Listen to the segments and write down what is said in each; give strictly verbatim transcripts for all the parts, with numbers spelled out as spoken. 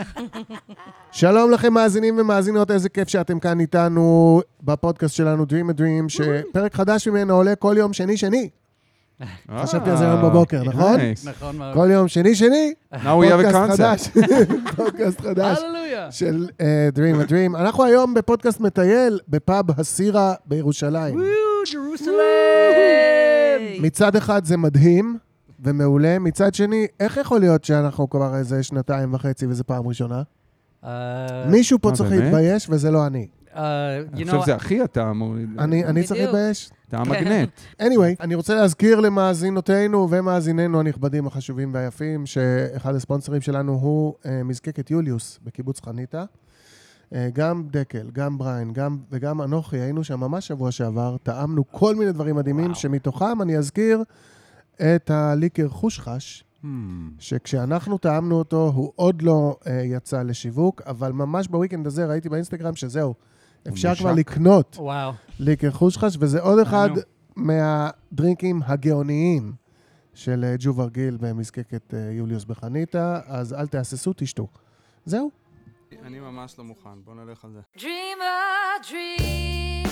שלום לכם מאזינים ומאזינות, איזה כיף שאתם כאן איתנו בפודקאסט שלנו Dream a Dream, שפרק חדש ממנו עולה כל יום שני שני. חשבתי על זה היום בבוקר, נכון? נכון מאוד. כל יום שני שני, פודקאסט חדש. פודקאסט חדש של Dream a Dream. אנחנו היום בפודקאסט מטייל בפאב הסירה בירושלים. וואו, ירושלים! מצד אחד זה מדהים ומעולה, מצד שני, איך יכול להיות שאנחנו כבר איזה שנתיים וחצי וזה פעם ראשונה? מישהו פה צריך להתבייש וזה לא אני. אני חושב שזה הכי אתה אמור... אני צריך להתבייש? אתה המגנט. anyway, אני רוצה להזכיר למאזינותינו ומאזיננו הנכבדים החשובים והיפים, שאחד הספונסרים שלנו הוא מזקקת יוליוס בקיבוץ חניתה. גם דקל, גם בריין, גם, וגם אנוכי, היינו שם ממש שבוע שעבר, טעמנו כל מיני דברים מדהימים, שמתוכם אני אזכיר את הליקר חושחש, hmm. שכשאנחנו טעמנו אותו, הוא עוד לא uh, יצא לשיווק, אבל ממש בוויקנד הזה ראיתי באינסטגרם שזהו, אפשר כבר לקנות וואו. ליקר חושחש, וזה עוד אחד מהדרינקים הגאוניים של ג'ו ורגיל במזקקת uh, יוליוס בחניתה, אז אל תהססו, תשתו. זהו. אני ממש לא מוכן, בוא נלך על זה. Dream a dream.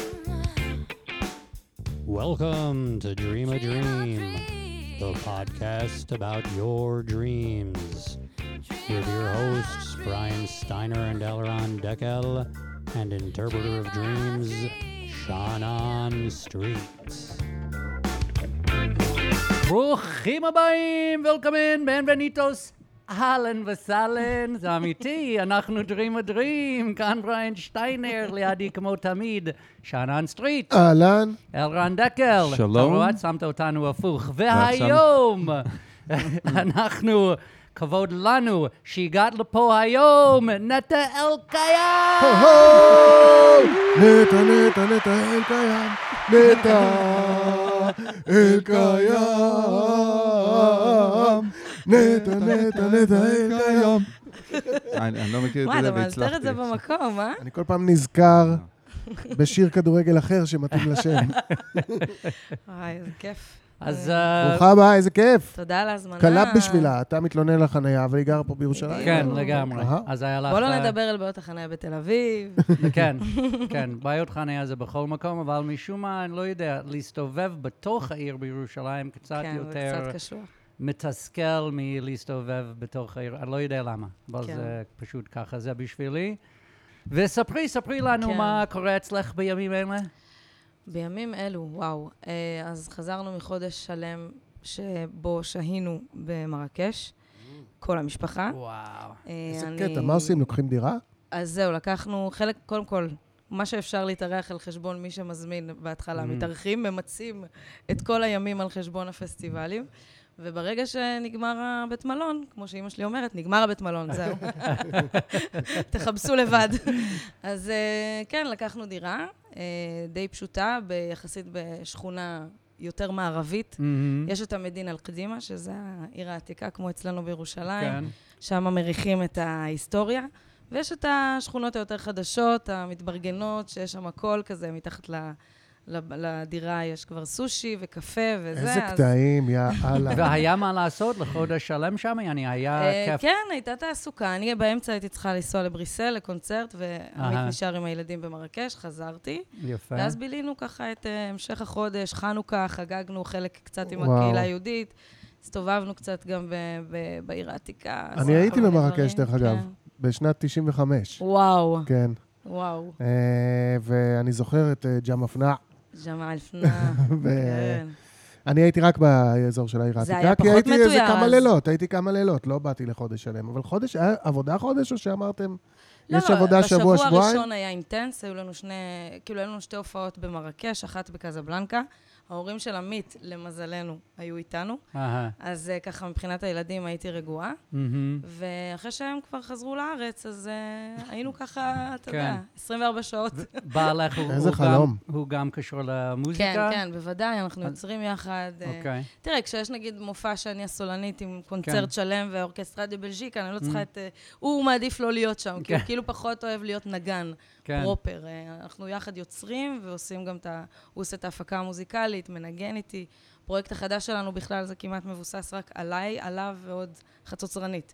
Welcome to Dream a Dream, the podcast about your dreams. With your hosts, Brian Steiner and Elron Deckel, and interpreter of dreams, Shannon Street. ברוכים הבאים, welcome in, bienvenidos. אהלן וסהלן, זה אמיתי, אנחנו Dream a Dream, כאן בריין שטיינר, לידי כמו תמיד, שאנן סטריט. אהלן. אלרן דקל. שלום. אתה רואה, שמת אותנו הפוך. והיום, אנחנו, כבוד לנו, שהגעת לפה היום, נטע אלקיים. נטע, נטע, נטע אלקיים, נטע אלקיים. נטע, נטע, נטע אלקיים. אני לא מכיר את וואי, זה אתה מאסתר את והצלחתי. זה במקום, אה? אני כל פעם נזכר בשיר כדורגל אחר שמתאים לשם. וואי, איזה כיף. אז... ברוכה הבאה, איזה כיף. תודה על ההזמנה. קלאפ בשבילה, אתה מתלונן על החנייה, אבל היא גרה פה בירושלים. כן, לגמרי. אהה. אז היה לך... בוא לא נדבר על בעיות החניה בתל אביב. כן, כן, בעיות חניה זה בכל מקום, אבל משום מה, אני לא יודע, להסתובב בתוך העיר בירושלים קצת כן, זה יותר קצת קשור. מתסכל מלהסתובב בתוך העיר, אני לא יודע למה, אבל כן. זה פשוט ככה, זה בשבילי. וספרי, ספרי לנו כן. מה קורה אצלך בימים אלה. בימים אלו, וואו. אה, אז חזרנו מחודש שלם שבו שהינו במרקש, כל המשפחה. וואו. אה, איזה אני- קטע, מה עושים? לוקחים דירה? אז זהו, לקחנו חלק, קודם כל, מה שאפשר להתארח על חשבון מי שמזמין בהתחלה. מתארחים, ממצים את כל הימים על חשבון הפסטיבלים. וברגע שנגמר הבית מלון, כמו שאמא שלי אומרת, נגמר הבית מלון, זהו. תחבסו לבד. אז כן, לקחנו דירה, די פשוטה, יחסית בשכונה יותר מערבית. יש את המדינה אל-קדימה, שזה העיר העתיקה, כמו אצלנו בירושלים. כן. שם מריחים את ההיסטוריה. ויש את השכונות היותר חדשות, המתברגנות, שיש שם הכל כזה, מתחת ל... לדירה יש כבר סושי וקפה וזה. איזה קטעים, יא אללה. והיה מה לעשות לחודש שלם שם? אני היה כיף. כן, הייתה תעסוקה. אני באמצע הייתי צריכה לנסוע לבריסל, לקונצרט, ועמית נשאר עם הילדים במרקש, חזרתי. יפה. ואז בילינו ככה את המשך החודש, חנוכה, חגגנו חלק קצת עם וואו. הקהילה היהודית, הסתובבנו קצת גם ב- ב- בעיר העתיקה. אני הייתי כל מיני במרקש, דברים, דרך אגב, כן. בשנת תשעים וחמש. וואו, כן. וואו. אה, ואני זוכר את אה, ג'ם אפנה. ג'מאל פנה, כן. אני הייתי רק באזור של העיר זה העתיקה, היה כי פחות הייתי איזה מתויר כמה אז. לילות, הייתי כמה לילות, לא באתי לחודש שלם. אבל חודש, היה עבודה חודש או שאמרתם, יש לא, עבודה לא, שבוע, בשבוע שבועיים? הראשון היה אינטנס, היו לנו שני, כאילו, היו לנו שתי הופעות במרקש, אחת בקזבלנקה. ההורים של עמית, למזלנו, היו איתנו. אהה. אז uh, ככה, מבחינת הילדים הייתי רגועה. מהמם. ואחרי שהם כבר חזרו לארץ, אז uh, היינו ככה, אתה כן. יודע, עשרים וארבע שעות. בעלך הוא איזה הוא חלום. גם- הוא גם קשור למוזיקה? כן, כן, בוודאי, אנחנו אז- יוצרים יחד. uh, אוקיי. תראה, כשיש נגיד מופע שאני הסולנית עם קונצרט שלם ואורקסטרה דה בלז'יקה, אני לא צריכה את... uh, הוא מעדיף לא להיות שם, כי הוא כן. כאילו פחות אוהב להיות נגן. כן. פרופר. אנחנו יחד יוצרים ועושים גם את ה... הוא עושה את ההפקה המוזיקלית, מנגן איתי. הפרויקט החדש שלנו בכלל זה כמעט מבוסס רק עליי, עליו ועוד חצוצרנית.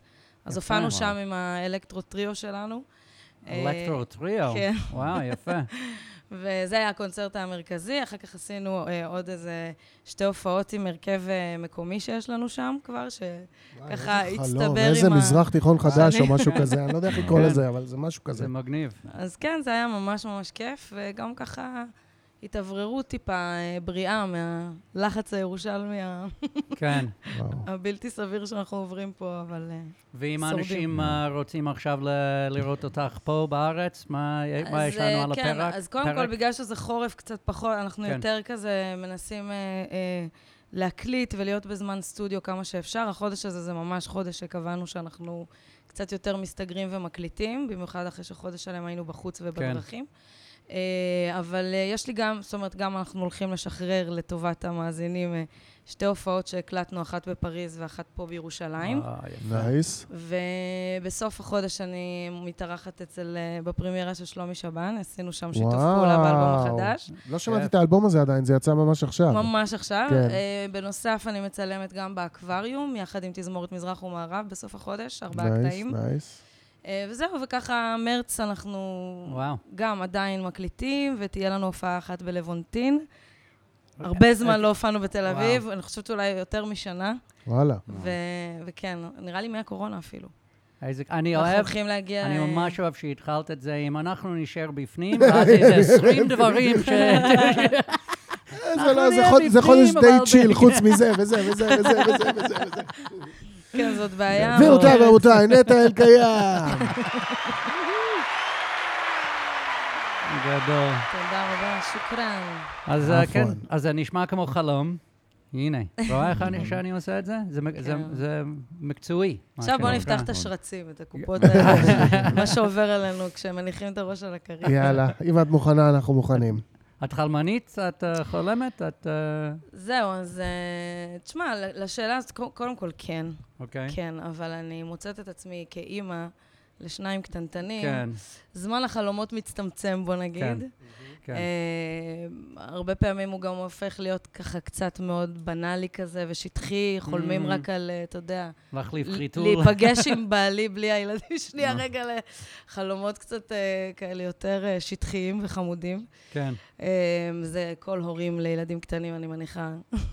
אז הופענו שם עם האלקטרו-טריו שלנו. אלקטרו-טריו? כן. וואו, יפה. וזה היה הקונצרט המרכזי, אחר כך עשינו אה, עוד איזה שתי הופעות עם הרכב אה, מקומי שיש לנו שם כבר, שככה הצטבר עם ה... איזה מזרח תיכון חדש או משהו כזה, אני לא יודע איך לקרוא לזה, אבל זה משהו כזה. זה מגניב. אז כן, זה היה ממש ממש כיף, וגם ככה התעבררו טיפה אה, בריאה מהלחץ הירושלמי כן. הבלתי סביר שאנחנו עוברים פה, אבל אה, ואם שורדים. אנשים אה, רוצים עכשיו ל- לראות אותך פה בארץ, מה מה אז, יש לנו אה, על כן, הפרק? אז קודם פרק? כל, בגלל שזה חורף קצת פחות, אנחנו כן. יותר כזה מנסים אה, אה, להקליט ולהיות בזמן סטודיו כמה שאפשר. החודש הזה זה ממש חודש שקבענו שאנחנו קצת יותר מסתגרים ומקליטים, במיוחד אחרי שחודש שלהם היינו בחוץ ובדרכים. אה, אבל אה, יש לי גם, זאת אומרת, גם אנחנו הולכים לשחרר לטובת המאזינים אה, שתי הופעות שהקלטנו, אחת בפריז ואחת פה בירושלים. אה, יפה. נייס. ובסוף החודש אני מתארחת אצל, אה, בפרמיירה של שלומי שבן, עשינו שם שיתוף וואו. פעולה באלבום החדש. לא שמעתי את האלבום הזה עדיין, זה יצא ממש עכשיו. ממש עכשיו. כן. אה, בנוסף, אני מצלמת גם באקווריום, יחד עם תזמורת מזרח ומערב בסוף החודש, ארבעה נייס, קטעים. נייס. אה, וזהו, וככה מרץ אנחנו וואו. גם עדיין מקליטים, ותהיה לנו הופעה אחת בלוונטין. הרבה זמן לא הופענו בתל אביב, אני חושבת אולי יותר משנה, וואלה. ו- וכן, נראה לי מהקורונה אפילו. איזה- אני אנחנו אוהב, הולכים להגיע... אני אה, ממש אוהב שהתחלת את זה, אם אנחנו נשאר בפנים, ואז איזה עשרים דברים ש... זה לא, זה נהיה חוד- זה חודש בפנים, די אבל צ'יל, ב- חוץ מזה, וזה, וזה, וזה, וזה, וזה, וזה. כן, זאת בעיה. גבירותיי אבל- ורבותיי, נטע אלקיים. גדול. תודה רבה, שוקרן. אז אה, כן, נכון. אז זה נשמע כמו חלום. הנה, רואה איך אני- שאני עושה את זה? זה מק- זה- כן. זה מקצועי. מה עכשיו בואו שנקרא. נפתח את השרצים, את הקופות האלה, מה שעובר עלינו כשמניחים את הראש על הכרית. יאללה, אם את מוכנה, אנחנו מוכנים. את חלמנית? את אה, חולמת? את... אה, זהו, אז אה, תשמע, ל- לשאלה הזאת, קו- קודם כל כן, אוקיי. כן, אבל אני מוצאת את עצמי כאימא לשניים קטנטנים. כן, זמן החלומות מצטמצם, בוא נגיד. כן, כן. אה, הרבה פעמים הוא גם הופך להיות ככה קצת מאוד בנאלי כזה ושטחי, חולמים Mm. רק על, אה, אתה יודע, להחליף חיתול. להיפגש עם בעלי בלי הילדים שלי, הרגע לחלומות קצת אה, כאלה יותר אה, שטחיים וחמודים. כן. אה, זה כל הורים לילדים קטנים, אני מניחה,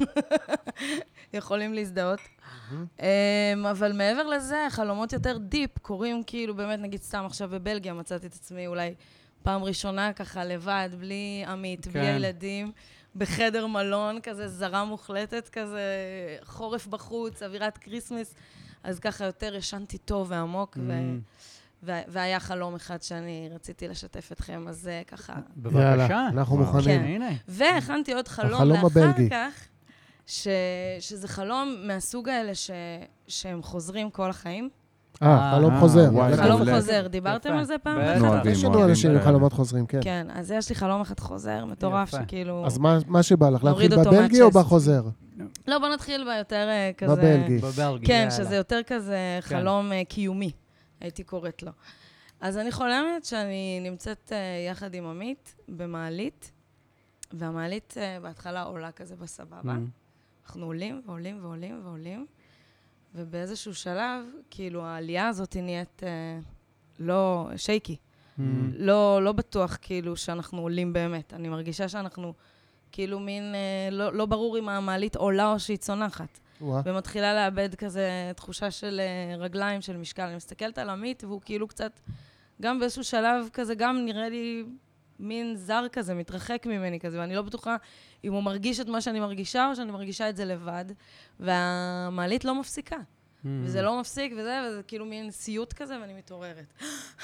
יכולים להזדהות. אה, אבל מעבר לזה, חלומות יותר דיפ, קורים כאילו באמת, נגיד סתם עכשיו בבלגיה, מצאתי את עצמי אולי פעם ראשונה ככה לבד, בלי עמית, בלי כן. הילדים, בחדר מלון, כזה זרה מוחלטת, כזה חורף בחוץ, אווירת קריסמס, אז ככה יותר ישנתי טוב ועמוק, ו... ו- והיה חלום אחד שאני רציתי לשתף אתכם, אז זה ככה. בבקשה. יאללה, אנחנו וואו. מוכנים. כן. הנה. והכנתי עוד חלום החלום לאחר הבלגי. כך, ש- שזה חלום מהסוג האלה ש- שהם חוזרים כל החיים. אה, חלום אה, חוזר. וואי, לקחת- חלום מעולה. חוזר, דיברתם יפה. על זה פעם? בטח. באחד? אוהבים, יש לנו אוהבים אנשים עם כאלה. חלומות חוזרים, כן. כן, אז יש לי חלום אחד חוזר, מטורף, יפה. שכאילו... אז מה- מה שבא לך, נוריד להתחיל אותו בבלגי או מהצ'סט. בחוזר? לא, בוא נתחיל ביותר אה, כזה... בבלגי. בבלגיה. כן, יאללה. שזה יותר כזה חלום אה, קיומי, הייתי קוראת לו. אז אני חולמת שאני נמצאת אה, יחד עם עמית במעלית, והמעלית אה, בהתחלה עולה כזה בסבבה. Mm. אנחנו עולים ועולים ועולים ועולים, ובאיזשהו שלב, כאילו, העלייה הזאת נהיית אה, לא שייקי. Mm. לא, לא בטוח כאילו שאנחנו עולים באמת. אני מרגישה שאנחנו כאילו מין, אה, לא, לא ברור אם המעלית עולה או שהיא צונחת. וואה. ומתחילה לאבד כזה תחושה של אה, רגליים, של משקל. אני מסתכלת על עמית, והוא כאילו קצת, גם באיזשהו שלב כזה, גם נראה לי מין זר כזה, מתרחק ממני כזה, ואני לא בטוחה אם הוא מרגיש את מה שאני מרגישה, או שאני מרגישה את זה לבד, והמעלית לא מפסיקה. Mm. וזה לא מפסיק, וזה, וזה כאילו מין סיוט כזה, ואני מתעוררת.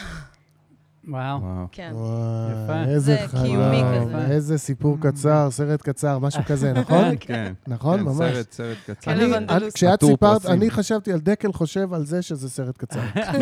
וואו. וואו. כן. וואי, זה איזה קיומי חלום, כזה. איזה סיפור קצר, סרט קצר, משהו כזה, נכון? כן. נכון, כן, ממש. סרט, סרט קצר. כלב אני- אנדלוסי. כשאת עטור סיפרת, פרסים. אני חשבתי על דקל חושב על זה שזה סרט קצר.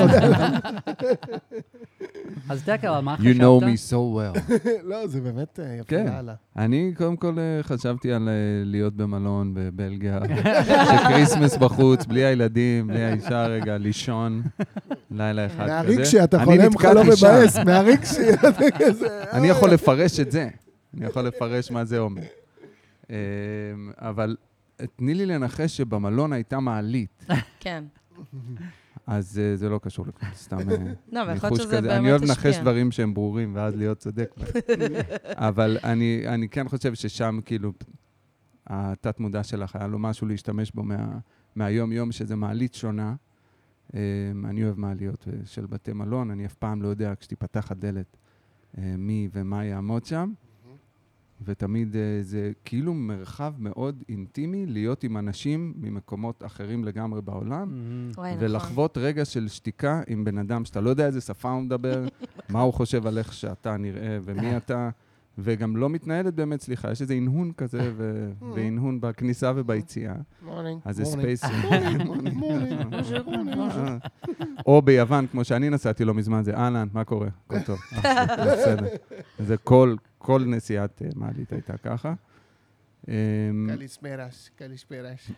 אז דקל, על מה You חשבת? know me so well. לא, זה באמת אה, יפה, כן. יאללה. אני קודם כל אה, חשבתי על אה, להיות במלון בבלגיה, שקריסמס בחוץ, בלי הילדים, בלי האישה רגע, לישון, לילה אחד כזה. מהרגשי, אתה אני חולם נתקעתי חלום שם. מבאס, מהרגשי, אתה כזה... אני יכול לפרש את זה. אני יכול לפרש מה זה אומר. אה, אבל תני לי לנחש שבמלון הייתה מעלית. כן. אז uh, זה לא קשור לכלום, סתם uh, לא, ויכול להיות ניחוש שזה כזה. באמת אני אוהב השפיע. לנחש דברים שהם ברורים, ואז להיות צודק. אבל אני, אני כן חושב ששם, כאילו, התת מודע שלך היה לו משהו להשתמש בו מה, מהיום-יום, שזה מעלית שונה. Um, אני אוהב מעליות של בתי מלון, אני אף פעם לא יודע, כשתיפתח הדלת, uh, מי ומה יעמוד שם. ותמיד uh, זה כאילו מרחב מאוד אינטימי להיות עם אנשים ממקומות אחרים לגמרי בעולם, וואי, נכון. ולחוות רגע של שתיקה עם בן אדם שאתה לא יודע איזה שפה הוא מדבר, מה הוא חושב על איך שאתה נראה ומי אתה, וגם לא מתנהלת באמת, סליחה, יש איזה ענהון כזה, ו- והנהון בכניסה וביציאה. אז זה ספייס. או ביוון, כמו שאני נסעתי לא מזמן, זה אהלן, מה קורה? הכל טוב. בסדר. זה כל... כל נסיעת מעלית הייתה ככה. קליספרש, קליספרש.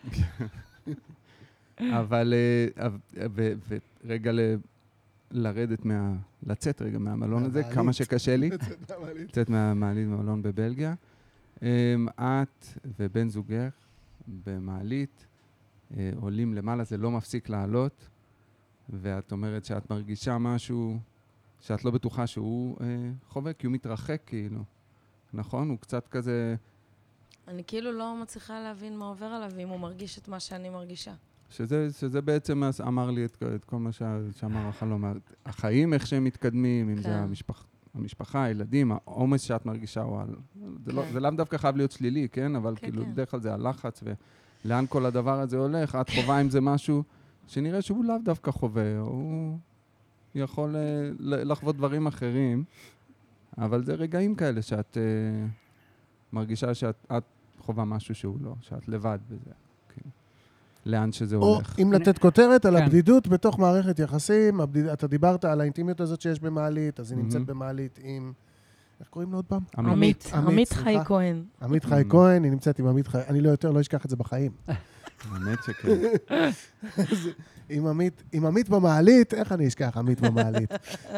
אבל, ורגע לרדת מה... לצאת רגע מהמלון הזה, כמה שקשה לי. לצאת מהמעלית מהמלון בבלגיה. את ובן זוגך במעלית עולים למעלה, זה לא מפסיק לעלות, ואת אומרת שאת מרגישה משהו שאת לא בטוחה שהוא חווה, כי הוא מתרחק כאילו. נכון? הוא קצת כזה... אני כאילו לא מצליחה להבין מה עובר עליו, אם הוא מרגיש את מה שאני מרגישה. שזה, שזה בעצם אמר לי את, את כל מה ש, שאמר החלום. החיים, איך שהם מתקדמים, אם כן. זה המשפח, המשפחה, הילדים, העומס שאת מרגישה, או על... זה, לא, זה לאו דווקא חייב להיות שלילי, כן? אבל כן, כאילו, כן. בדרך כלל זה הלחץ, ולאן כל הדבר הזה הולך, את חובה עם זה משהו שנראה שהוא לאו דווקא חווה, או הוא יכול לחוות דברים אחרים. אבל זה רגעים כאלה שאת uh, מרגישה שאת את חובה משהו שהוא לא, שאת לבד בזה. כאילו. לאן שזה או הולך. אם לתת כותרת על כן. הבדידות בתוך מערכת יחסים, הבדיד... אתה דיברת על האינטימיות הזאת שיש במעלית, אז היא Mhm. נמצאת במעלית עם... איך קוראים לו עוד פעם? עמית. עמית סליחה. חי כהן. עמית חי כהן, היא נמצאת עם עמית חי... אני לא יותר, לא אשכח את זה בחיים. האמת שכן. עם עמית, עם עמית במעלית, איך אני אשכח עמית במעלית?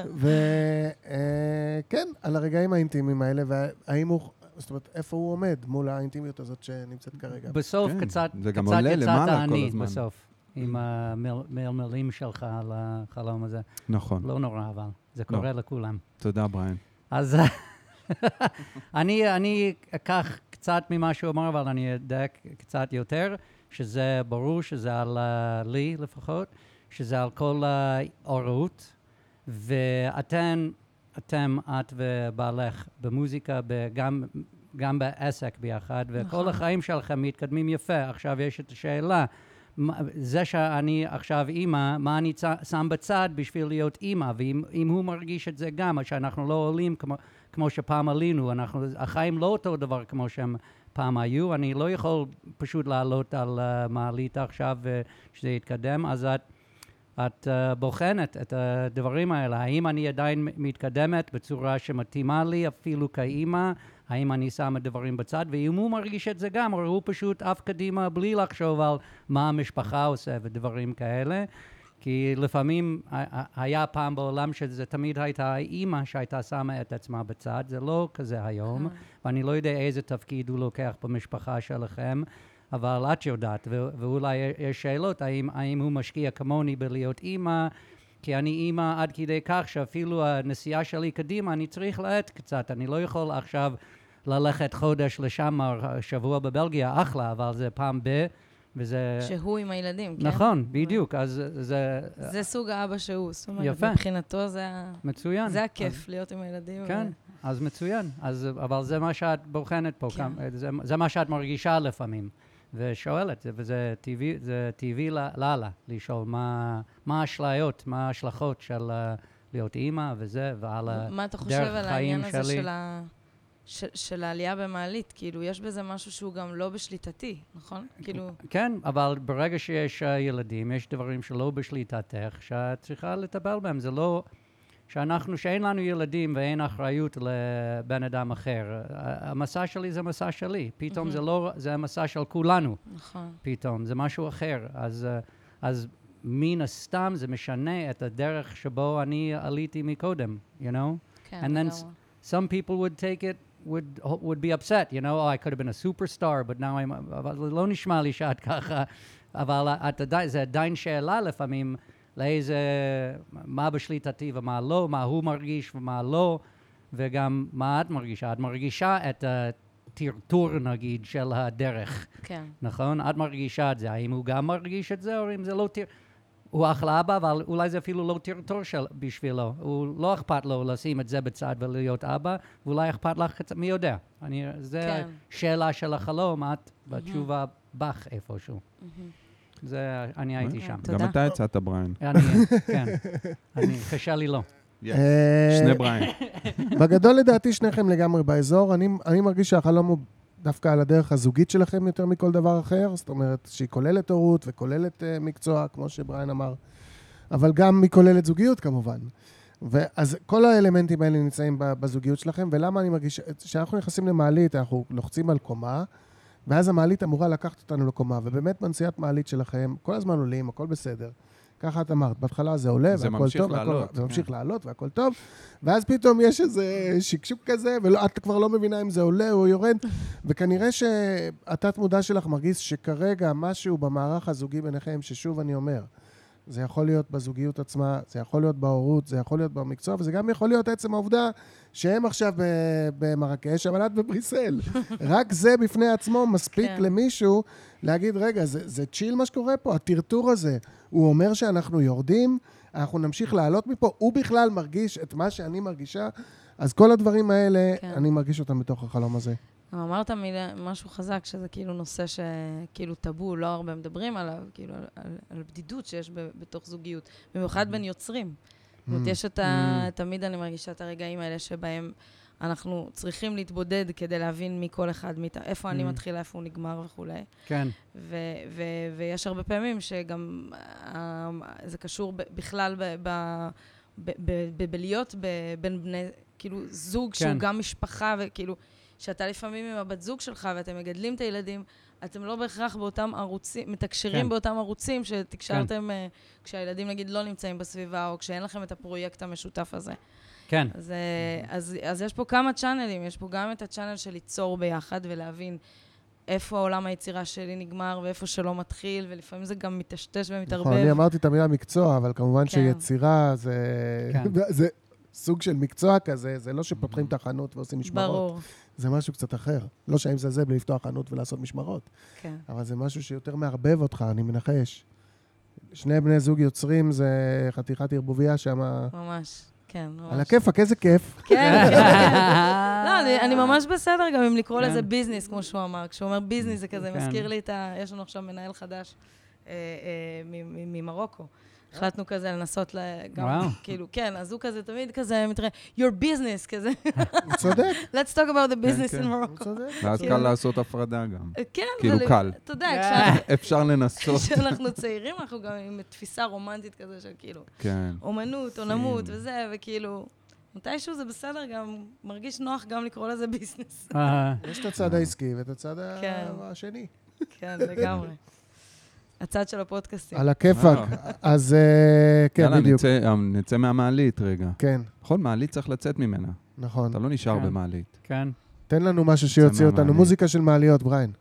וכן, על הרגעים האינטימיים האלה, והאם הוא, זאת אומרת, איפה הוא עומד מול האינטימיות הזאת שנמצאת כרגע? בסוף כן, קצת זה גם קצת עולה יצאת למעלה כל עני הזמן. בסוף, עם המלמלים שלך על החלום הזה. נכון. לא נורא, אבל זה קורה לכולם. תודה, בריין. אז אני, אני אקח קצת ממה שהוא אמר, אבל אני אדק קצת יותר, שזה ברור שזה על uh, לי לפחות, שזה על כל ההוראות, ואתן, אתם, את ובעלך, במוזיקה, גם, גם בעסק ביחד, וכל נכון. החיים שלכם מתקדמים יפה. עכשיו יש את השאלה, זה שאני עכשיו אימא, מה אני שם בצד בשביל להיות אימא, ואם אם הוא מרגיש את זה גם, שאנחנו לא עולים כמו, כמו שפעם עלינו, אנחנו, החיים לא אותו דבר כמו שהם פעם היו, אני לא יכול פשוט לעלות על uh, מעלית עכשיו ושזה יתקדם, אז את, את uh, בוחנת את הדברים האלה, האם אני עדיין מתקדמת בצורה שמתאימה לי אפילו כאימא, האם אני שם את דברים בצד, ואם הוא מרגיש את זה גם, או הוא פשוט אף קדימה בלי לחשוב על מה המשפחה עושה ודברים כאלה, כי לפעמים היה פעם בעולם שזה תמיד הייתה האימא שהייתה שמה את עצמה בצד, זה לא כזה היום, ואני לא יודע איזה תפקיד הוא לוקח במשפחה שלכם, אבל את יודעת, ואולי יש שאלות, האם, האם הוא משקיע כמוני בלהיות אימא, כי אני אימא עד כדי כך שאפילו הנסיעה שלי קדימה, אני צריך לאט קצת, אני לא יכול עכשיו ללכת חודש לשם, שבוע בבלגיה, אחלה, אבל זה פעם ב... וזה... שהוא עם הילדים, כן? נכון, בדיוק, אז זה... זה סוג האבא שהוא, זאת אומרת, יפה. מבחינתו זה, ה... מצוין. זה הכיף, אז, להיות עם הילדים. כן, ו... אז מצוין, אז, אבל זה מה שאת בוחנת פה, כן. כמה, זה, זה מה שאת מרגישה לפעמים, ושואלת, וזה טבעי, זה טבעי לאללה, לשאול מה, מה האשליות, מה ההשלכות של uh, להיות אימא וזה, ועל הדרך חיים שלי. מה אתה חושב על העניין הזה של ה... של, של העלייה במעלית, כאילו, יש בזה משהו שהוא גם לא בשליטתי, נכון? כאילו... כן, אבל ברגע שיש uh, ילדים, יש דברים שלא בשליטתך, שאת צריכה לטפל בהם. זה לא שאנחנו, שאין לנו ילדים ואין אחריות לבן אדם אחר. המסע שלי זה מסע שלי. פתאום Mhm. זה לא, זה המסע של כולנו. נכון. פתאום, זה משהו אחר. אז, uh, אז מן הסתם זה משנה את הדרך שבו אני עליתי מקודם, you know? כן, And then לגמרי. s- some people would take it, would would be upset, you know, oh, I could have been a superstar, but now I'm, אבל לא נשמע לי שאת ככה, אבל את עדיין, זה עדיין שאלה לפעמים, לאיזה, מה בשליטתי ומה לא, מה הוא מרגיש ומה לא, וגם מה את מרגישה. את מרגישה את הטרטור, נגיד, של הדרך. כן. נכון? את מרגישה את זה. האם הוא גם מרגיש את זה, או אם זה לא טרטור? הוא אחלה אבא, אבל אולי זה אפילו לא טרטור של, בשבילו. הוא לא אכפת לו לשים את זה בצד ולהיות אבא, ואולי אכפת לך, מי יודע. אני, זה כן. שאלה של החלום, את בתשובה בך איפשהו. זה, אני הייתי שם. תודה. גם אתה יצאת, בריין. אני, כן. אני, קשה לי לא. אה, שני בריין. בגדול לדעתי שניכם לגמרי באזור. אני, אני מרגיש שהחלום הוא דווקא על הדרך הזוגית שלכם יותר מכל דבר אחר. זאת אומרת שהיא כוללת הורות וכוללת uh, מקצוע, כמו שבריין אמר. אבל גם היא כוללת זוגיות כמובן. ואז כל האלמנטים האלה נמצאים בזוגיות שלכם. ולמה אני מרגיש שאנחנו נכנסים למעלית, אנחנו לוחצים על קומה, ואז המעלית אמורה לקחת אותנו לקומה. ובאמת מנסיעת מעלית שלכם, כל הזמן עולים, הכל בסדר. ככה את אמרת, בהתחלה זה עולה, זה והכל ממשיך טוב, לעלות, והכל, זה ממשיך לעלות, והכל טוב, ואז פתאום יש איזה שקשוק כזה, ואת כבר לא מבינה אם זה עולה או יורד, וכנראה שהתת מודע שלך מרגיש שכרגע משהו במערך הזוגי ביניכם, ששוב אני אומר, זה יכול להיות בזוגיות עצמה, זה יכול להיות בהורות, זה יכול להיות במקצוע, וזה גם יכול להיות עצם העובדה שהם עכשיו במרקש, אבל את בבריסל. רק זה בפני עצמו מספיק כן. למישהו להגיד, רגע, זה, זה צ'יל מה שקורה פה, הטרטור הזה. הוא אומר שאנחנו יורדים, אנחנו נמשיך לעלות מפה, הוא בכלל מרגיש את מה שאני מרגישה, אז כל הדברים האלה, כן. אני מרגיש אותם בתוך החלום הזה. אמרת מילה, משהו חזק, שזה כאילו נושא שכאילו טאבו, לא הרבה מדברים עליו, כאילו על, על, על בדידות שיש ב, בתוך זוגיות, במיוחד בין יוצרים. זאת אומרת, יש את ה... תמיד אני מרגישה את הרגעים האלה שבהם אנחנו צריכים להתבודד כדי להבין מי כל אחד, מי, איפה אני מתחילה, איפה הוא נגמר וכו'. כן. ו- ו- ויש הרבה פעמים שגם אה, זה קשור ב- בכלל ב- ב- ב- ב- ב- בלהיות ב- בין בני, כאילו זוג כן. שהוא גם משפחה, וכאילו שאתה לפעמים עם הבת זוג שלך ואתם מגדלים את הילדים, אתם לא בהכרח באותם ערוצים, מתקשרים כן. באותם ערוצים שתקשרתם כן. uh, כשהילדים נגיד לא נמצאים בסביבה, או כשאין לכם את הפרויקט המשותף הזה. כן. אז, uh, אז, אז יש פה כמה צ'אנלים, יש פה גם את הצ'אנל של ליצור ביחד ולהבין איפה העולם היצירה שלי נגמר ואיפה שלא מתחיל, ולפעמים זה גם מתשתש ומתערבב. נכון, אני אמרתי את המילה מקצוע, אבל כמובן כן. שיצירה זה... כן. זה סוג של מקצוע כזה, זה לא שפותחים את החנות ועושים משמרות. ברור. זה משהו קצת אחר. לא שאני מזלזל בלפתוח חנות ולעשות משמרות, כן. אבל זה משהו שיותר מערבב אותך, אני מנחש. שני בני זוג יוצרים זה חתיכת ערבוביה שם. ממש, כן. ממש. על הכיפק, איזה כיף. כן, כן, כן. לא, אני, אני ממש בסדר גם אם לקרוא כן. לזה ביזנס, כמו שהוא אמר. כשהוא אומר ביזנס זה כזה, כן. מזכיר לי את ה... יש לנו עכשיו מנהל חדש אה, אה, מ- מ- ממרוקו. החלטנו כזה לנסות ל... גם, וואו. כאילו, כן, אז הוא כזה תמיד כזה מתראה, your business, כזה. הוא צודק, Let's talk about the business כן. in הוא Morocco. צודק. ואז כן. קל לעשות הפרדה גם. כן, כאילו אבל- קל. אתה יודע, כן. כשאנחנו- אפשר לנסות. כשאנחנו צעירים, אנחנו גם עם תפיסה רומנטית כזה של כאילו, כן. אומנות, עונמות וזה, וכאילו, מתישהו זה בסדר, גם מרגיש נוח גם לקרוא לזה ביזנס. אה, יש את הצד העסקי ואת הצד כן. השני. כן, לגמרי. הצד של הפודקאסטים. על הכיפק. אז אה, כן, יאללה, בדיוק. נצא- אה, נצא מהמעלית רגע. כן, נכון, מעלית צריך לצאת ממנה. נכון. אתה לא נשאר כן. במעלית. כן. תן לנו משהו שיוציא אותנו. מהמעלית. מוזיקה של מעליות, בריין.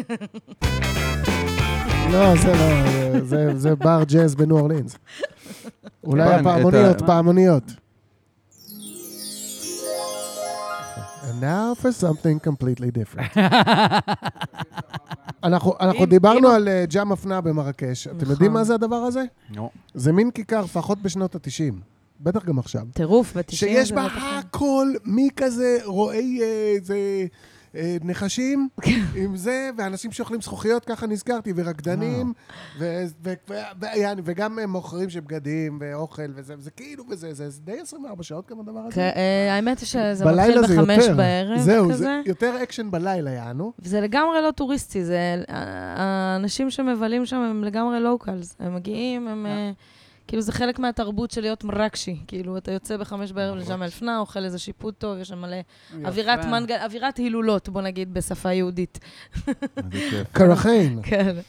לא, זה לא, זה- זה בר ג'אז בניו אורלינס. אולי בריין, את הפעמוניות, ה- פעמוניות. And now for something completely different. אנחנו אנחנו אם- דיברנו אם- על אה, ג'אם אפנה במרקש. אתם נכון. יודעים מה זה הדבר הזה? לא. זה מין כיכר, לפחות בשנות ה-תשעים. בטח גם עכשיו. טירוף, בתשעים שיש זה בה בטח- הכל, מי כזה רואי אה, זה, אה, נחשים עם זה, ואנשים שאוכלים זכוכיות, ככה נזכרתי, ורקדנים, ו- ו- ו- ו- וגם אה, מוכרים של בגדים ואוכל, וזה, וזה כאילו, וזה זה די עשרים וארבע שעות גם הדבר הזה. כן, אה, האמת היא שזה בלילה מתחיל זה בחמש יותר. בערב זהו, כזה. זה יותר אקשן בלילה, יענו. וזה לגמרי לא טוריסטי, זה... האנשים שמבלים שם הם לגמרי לוקלס. הם מגיעים, הם... אה, כאילו זה חלק מהתרבות של להיות מרקשי. כאילו, אתה יוצא בחמש בערב לג'אם אל-פנא, אוכל איזה שיפוט טוב, יש שם מלא אווירת מנגל, אווירת הילולות, בוא נגיד, בשפה יהודית. איזה כיף. קרחיין. כן. זאת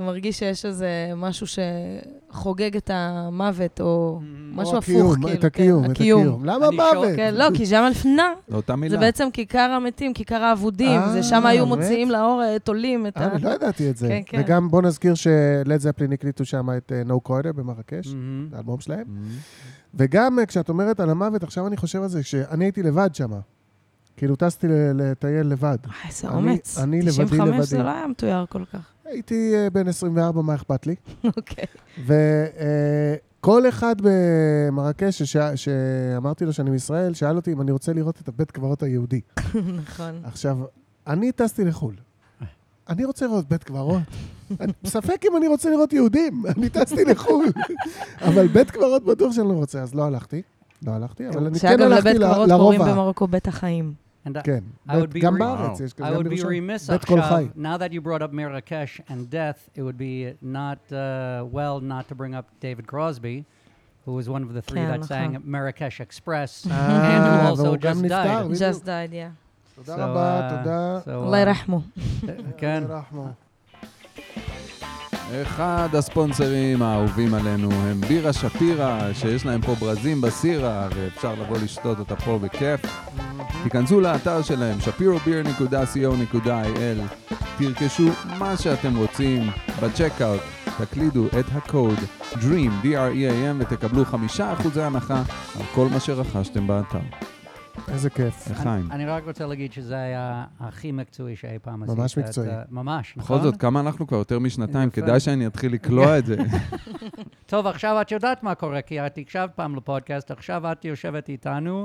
אתה מרגיש שיש איזה משהו שחוגג את המוות, או משהו הפוך, הקיום, כאילו. את הקיום, כן, את הקיום. למה אני שואל- מוות? כן, לא, כי שם לפנה, זו אותה מילה. זה בעצם כיכר המתים, כיכר האבודים, אה, זה שם היו באמת? מוציאים לאור את עולים, את אה, ה... אני לא ידעתי את זה. כן, כן. וגם בוא נזכיר שלד זפלין הקליטו שם את אה, No Quarter במרקש, מהמם. האלבום שלהם. Mm-hmm. וגם אה, כשאת אומרת על המוות, עכשיו אני חושב על זה, שאני הייתי לבד שם. כאילו טסתי ל- לטייל לבד. אה, איזה אני- אומץ. אני לבדי, תשעים וחמש לבדי. זה לא היה מתויר כל כך. הייתי אה, בן עשרים וארבע, מה אכפת לי? אוקיי. וכל אחד במרקש שש- שאמרתי לו שאני מישראל, שאל אותי אם אני רוצה לראות את הבית קברות היהודי. נכון. עכשיו, אני טסתי לחו"ל. אני רוצה לראות בית קברות. אני- ספק אם אני רוצה לראות יהודים, אני טסתי לחו"ל. אבל בית קברות בטוח שאני לא רוצה, אז לא הלכתי. לא הלכתי, אבל אני כן שאגב, הלכתי לבית ל- קברות קוראים לרובע. במרוקו בית החיים. And I- כן, I would בית- be גם re- בארץ יש כזה, I גם would be בירושלים. remiss בית כל עכשיו, חי. now that you brought up Marrakesh and death, it would be not uh, well not to bring up David Crosby, who was one of the three כן, that נכון. sang Marrakesh Express, and who אה, also והוא just גם נפטר. died. בדיוק. Just died, yeah. תודה So, רבה, uh, תודה. so, אללה uh, ירחמו. כן. רחמו. אחד הספונסרים האהובים עלינו הם בירה שפירה, שיש להם פה ברזים בסירה, ואפשר לבוא לשתות אותה פה בכיף. תיכנסו לאתר שלהם, שפירו ביר נקודה סי או נקודה איי אל, תרכשו מה שאתם רוצים בצ'קאוט, תקלידו את הקוד DREAM, D-R-E-A-M, ותקבלו חמישה אחוזי הנחה על כל מה שרכשתם באתר. איזה כיף. לחיים. אני רק רוצה להגיד שזה היה הכי מקצועי שאי פעם עשית. ממש את, מקצועי. uh, ממש, בכל נכון? זאת, כמה אנחנו כבר יותר משנתיים, יפה. כדאי שאני אתחיל לקלוע את זה. טוב, עכשיו את יודעת מה קורה, כי את הקשבת פעם לפודקאסט, עכשיו את יושבת איתנו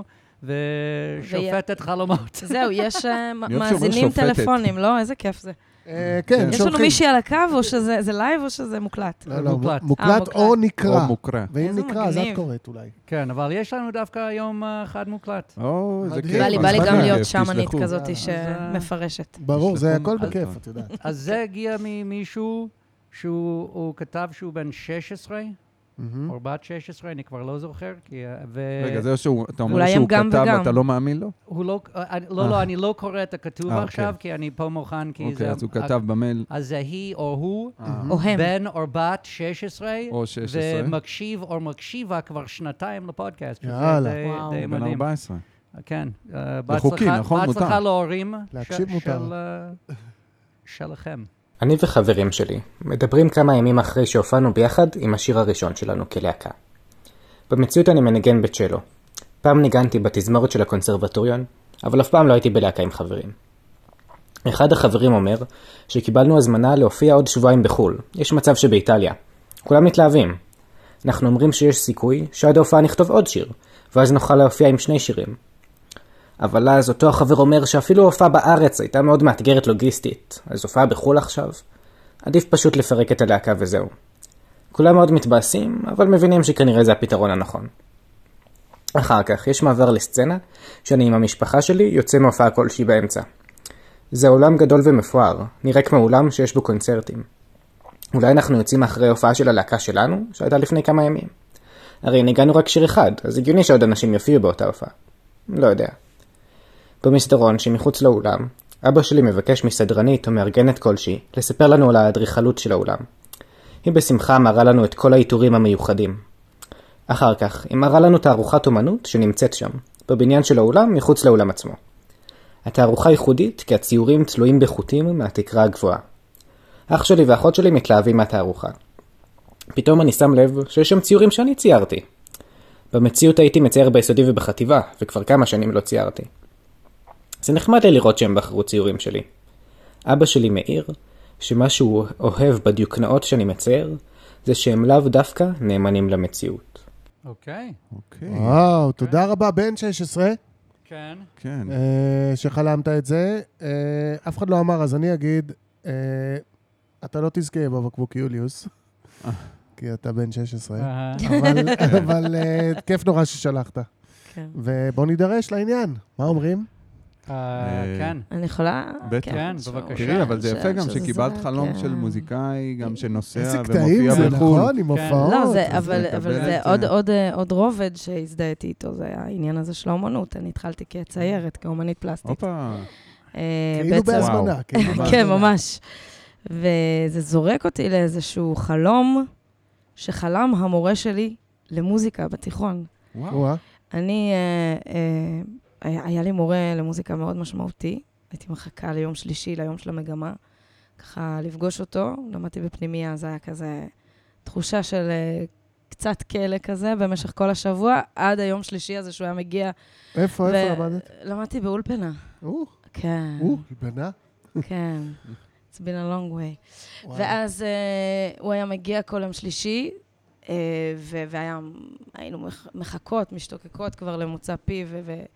ושופטת חלומות. זהו, יש אה, מי שאומר מאזינים שופטת. טלפונים, לא? איזה כיף זה. אה, כן, יש לנו שולחים. מישהי על הקו, או שזה זה לייב או שזה מוקלט? לא, לא, מוקלט. אה, מוקלט מוקלט. או נקרא. או מוקרא. ואם איזה נקרא, אז את מגניב. קוראת אולי. כן, אבל יש לנו דווקא היום uh, אחד מוקלט. או, איזה מדהים. כיף. בא לי, אז בא לי מה גם זה? להיות כיף, שמנית תשלחו. כזאת אז, אה, שמפרשת. ברור, זה תשלחו. הכל אז- בכיף, את יודעת. אז זה הגיע ממישהו שהוא הוא כתב שהוא בן שש עשרה, מהמם. או בת שש עשרה, אני כבר לא זוכר. כי, uh, ו... רגע, זה שהוא, אתה אומר אולי הם שהוא גם כתב וגם. ואתה לא מאמין לו? הוא לא, uh, לא, לא, אני לא קורא את הכתוב אה, עכשיו, אוקיי. כי אני פה מוכן, כי זה... אוקיי, אז הוא כתב במייל. אז זה היא או הוא, אה, או הם. בן או בת שש עשרה, או שש עשרה. ומקשיב או מקשיבה כבר שנתיים לפודקאסט. שזה יאללה. די- וואו. די בן מדהים. ארבע עשרה. כן. אה, זה חוקי, בהצלחה- נכון? מותר. בהצלחה להורים להקשיב ש- מותר. של, אה, שלכם. אני וחברים שלי מדברים כמה ימים אחרי שהופענו ביחד עם השיר הראשון שלנו כלהקה. במציאות אני מנגן בצ'לו. פעם ניגנתי בתזמורת של הקונסרבטוריון, אבל אף פעם לא הייתי בלהקה עם חברים. אחד החברים אומר שקיבלנו הזמנה להופיע עוד שבועיים בחול. יש מצב שבאיטליה. כולם מתלהבים. אנחנו אומרים שיש סיכוי שעד ההופעה נכתוב עוד שיר, ואז נוכל להופיע עם שני שירים. אבל אז אותו החבר אומר שאפילו ההופעה בארץ הייתה מאוד מאתגרת לוגיסטית, אז הופעה בחול עכשיו. עדיף פשוט לפרק את הלהקה וזהו. כולם מאוד מתבאסים, אבל מבינים שכנראה זה הפתרון הנכון. אחר כך יש מעבר לסצנה, שאני עם המשפחה שלי יוצא מהופעה כלשהי באמצע. זה עולם גדול ומפואר, נראה כמו אולם שיש בו קונצרטים. אולי אנחנו יוצאים אחרי הופעה של הלהקה שלנו, שהייתה לפני כמה ימים. הרי ניגענו רק שיר אחד, אז הגיוני שעוד אנשים יופיעו באותה הופעה. לא יודע. במסדרון שמחוץ לאולם, אבא שלי מבקש מסדרנית או מארגנת כלשהי לספר לנו על האדריכלות של האולם. היא בשמחה מראה לנו את כל העיטורים המיוחדים. אחר כך, היא מראה לנו תערוכת אומנות שנמצאת שם, בבניין של האולם מחוץ לאולם עצמו. התערוכה ייחודית כי הציורים תלויים בחוטים מהתקרה הגבוהה. אח שלי ואחות שלי מתלהבים מהתערוכה. פתאום אני שם לב שיש שם ציורים שאני ציירתי. במציאות הייתי מצייר ביסודי ובחטיבה, וכבר כמה שנים לא ציירתי. זה נחמד לי לראות שהם בחרו ציורים שלי. אבא שלי מעיר שמה שהוא אוהב בדיוקנאות שאני מצייר, זה שהם לאו דווקא נאמנים למציאות. אוקיי. אוקיי. וואו, תודה רבה, בן שש עשרה, כן. כן. אה, שחלמת את זה. אה, אף אחד לא אמר, אז אני אגיד, אה, אתה לא תזכה בבקבוק יוליוס, כי אתה בן שש עשרה, אהה. אבל- אבל אה, כיף נורא ששלחת. כן. ובוא נידרש לעניין, מה אומרים? אה, כן. אני יכולה... בטח. כן, ש- בבקשה. תראי, אבל זה ש- יפה גם שזה שקיבלת זה, חלום כן. של מוזיקאי, גם שנוסע איזה קטעים ומופיע זה, בחו"ל. נכון? עם כן. הופעות. לא, זה, וזה. אבל, לקבל אבל את זה זה. עוד, עוד, אה, עוד רובד שהזדהיתי איתו, זה העניין הזה של האומנות. אני התחלתי כציירת, כאומנית פלסטית. הופה. אה, כאילו בעצם- בהזמנה. וואו. כאילו כן, בהזמנה. ממש. וזה זורק אותי לאיזשהו חלום שחלם המורה שלי למוזיקה בתיכון. וואו. אני, אה, אה, היה, היה לי מורה למוזיקה מאוד משמעותי. הייתי מחכה ליום שלישי, ליום של המגמה. ככה לפגוש אותו, למדתי בפנימיה, זה היה כזה תחושה של אה, קצת כלא כזה במשך כל השבוע, עד היום שלישי הזה שהוא היה מגיע. איפה, איפה למדת? למדתי באולפנה. או, כן, או, בנה. כן. It's been a long way. וואו. ואז uh, הוא היה מגיע כל יום שלישי, uh, ו- והיה, היינו מח- מחכות, משתוקקות כבר למוצא פיו, ו- ו-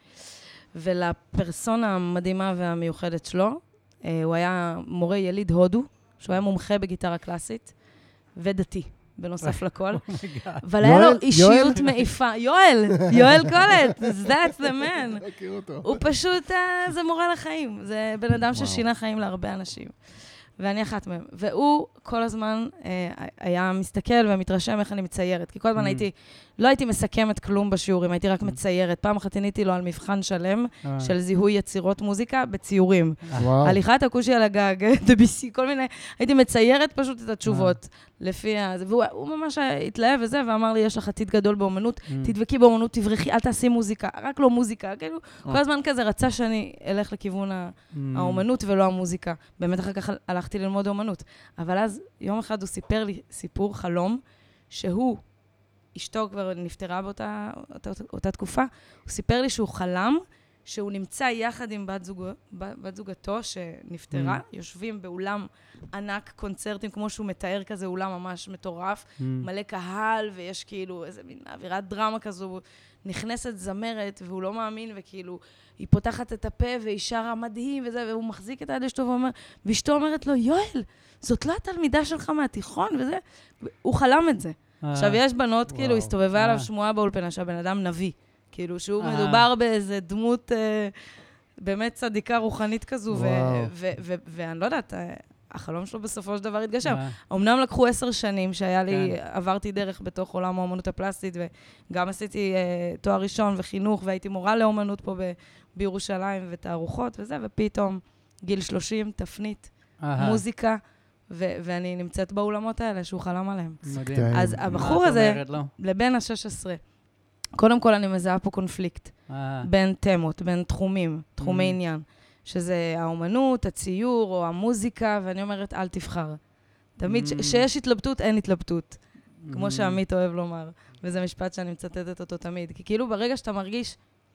ולפרסונה המדהימה והמיוחדת שלו. Uh, הוא היה מורה יליד הודו, שהוא היה מומחה בגיטרה קלאסית, ודתי, בנוסף לכל. אבל היה לו יואל? אישיות מעיפה. יואל, יואל קולט, that's the man. מכיר אותו. הוא פשוט, uh, זה מורה לחיים. זה בן אדם ששינה חיים להרבה אנשים. ואני אחת מהם. והוא כל הזמן אה, היה מסתכל ומתרשם איך אני מציירת. כי כל הזמן Mm. הייתי, לא הייתי מסכמת כלום בשיעורים, הייתי רק מציירת. פעם אחת עניתי לו על מבחן שלם אה. של זיהוי יצירות מוזיקה בציורים. וואו. הליכת הכושי על הגג, דביסי, כל מיני, הייתי מציירת פשוט את התשובות. לפי ה... והוא הוא ממש התלהב וזה, ואמר לי, יש לך עתיד גדול באומנות, Mm. תדבקי באומנות, תברכי, אל תעשי מוזיקה, רק לא מוזיקה. כאילו, אה. כל הזמן כזה רצה שאני אלך לכיוון ה... Mm. האומנות ולא המוזיקה. באמת אחר כך הלכתי ללמוד אומנות. אבל אז יום אחד הוא סיפר לי סיפור חלום, שהוא, אשתו כבר נפטרה באותה אותה, אותה תקופה, הוא סיפר לי שהוא חלם, שהוא נמצא יחד עם בת, זוג, בת זוגתו שנפטרה, Mm. יושבים באולם ענק קונצרטים, כמו שהוא מתאר כזה, אולם ממש מטורף, Mm. מלא קהל, ויש כאילו איזה מין אווירת דרמה כזו, נכנסת זמרת, והוא לא מאמין, וכאילו, היא פותחת את הפה, והיא שרה מדהים, וזה, והוא מחזיק את היד אשתו, ואומר, ואשתו אומרת לו, יואל, זאת לא התלמידה שלך מהתיכון, וזה, הוא חלם את זה. אה. עכשיו, יש בנות, כאילו, וואו. הסתובבה אה. עליו שמועה באולפנה, שהבן אדם נביא. כאילו, שהוא אה. מדובר באיזה דמות אה, באמת צדיקה רוחנית כזו, ו- וואו. ו- ו- ואני לא יודעת, אה, החלום שלו בסופו של דבר התגשם. אה. אמנם לקחו עשר שנים שהיה לי, כן. עברתי דרך בתוך עולם האומנות הפלסטית, וגם עשיתי אה, תואר ראשון וחינוך, והייתי מורה לאומנות פה ב- בירושלים, ותערוכות וזה, ופתאום גיל שלושים, תפנית, אהה. מוזיקה, ו- ואני נמצאת באולמות האלה שהוא חלם עליהם. מדהים. כן. אז מה הבחור את הזה, אומרת לו? לבן ה-שש עשרה, קודם כל אני מזהה פה קונפליקט אה. בין תמות, בין תחומים, תחומי Mm. עניין, שזה האומנות, הציור או המוזיקה, ואני אומרת, אל תבחר. תמיד Mm. ש- שיש התלבטות, אין התלבטות, כמו Mm. שעמית אוהב לומר, וזה משפט שאני מצטטת אותו תמיד. כי כאילו ברגע שאתה מרגיש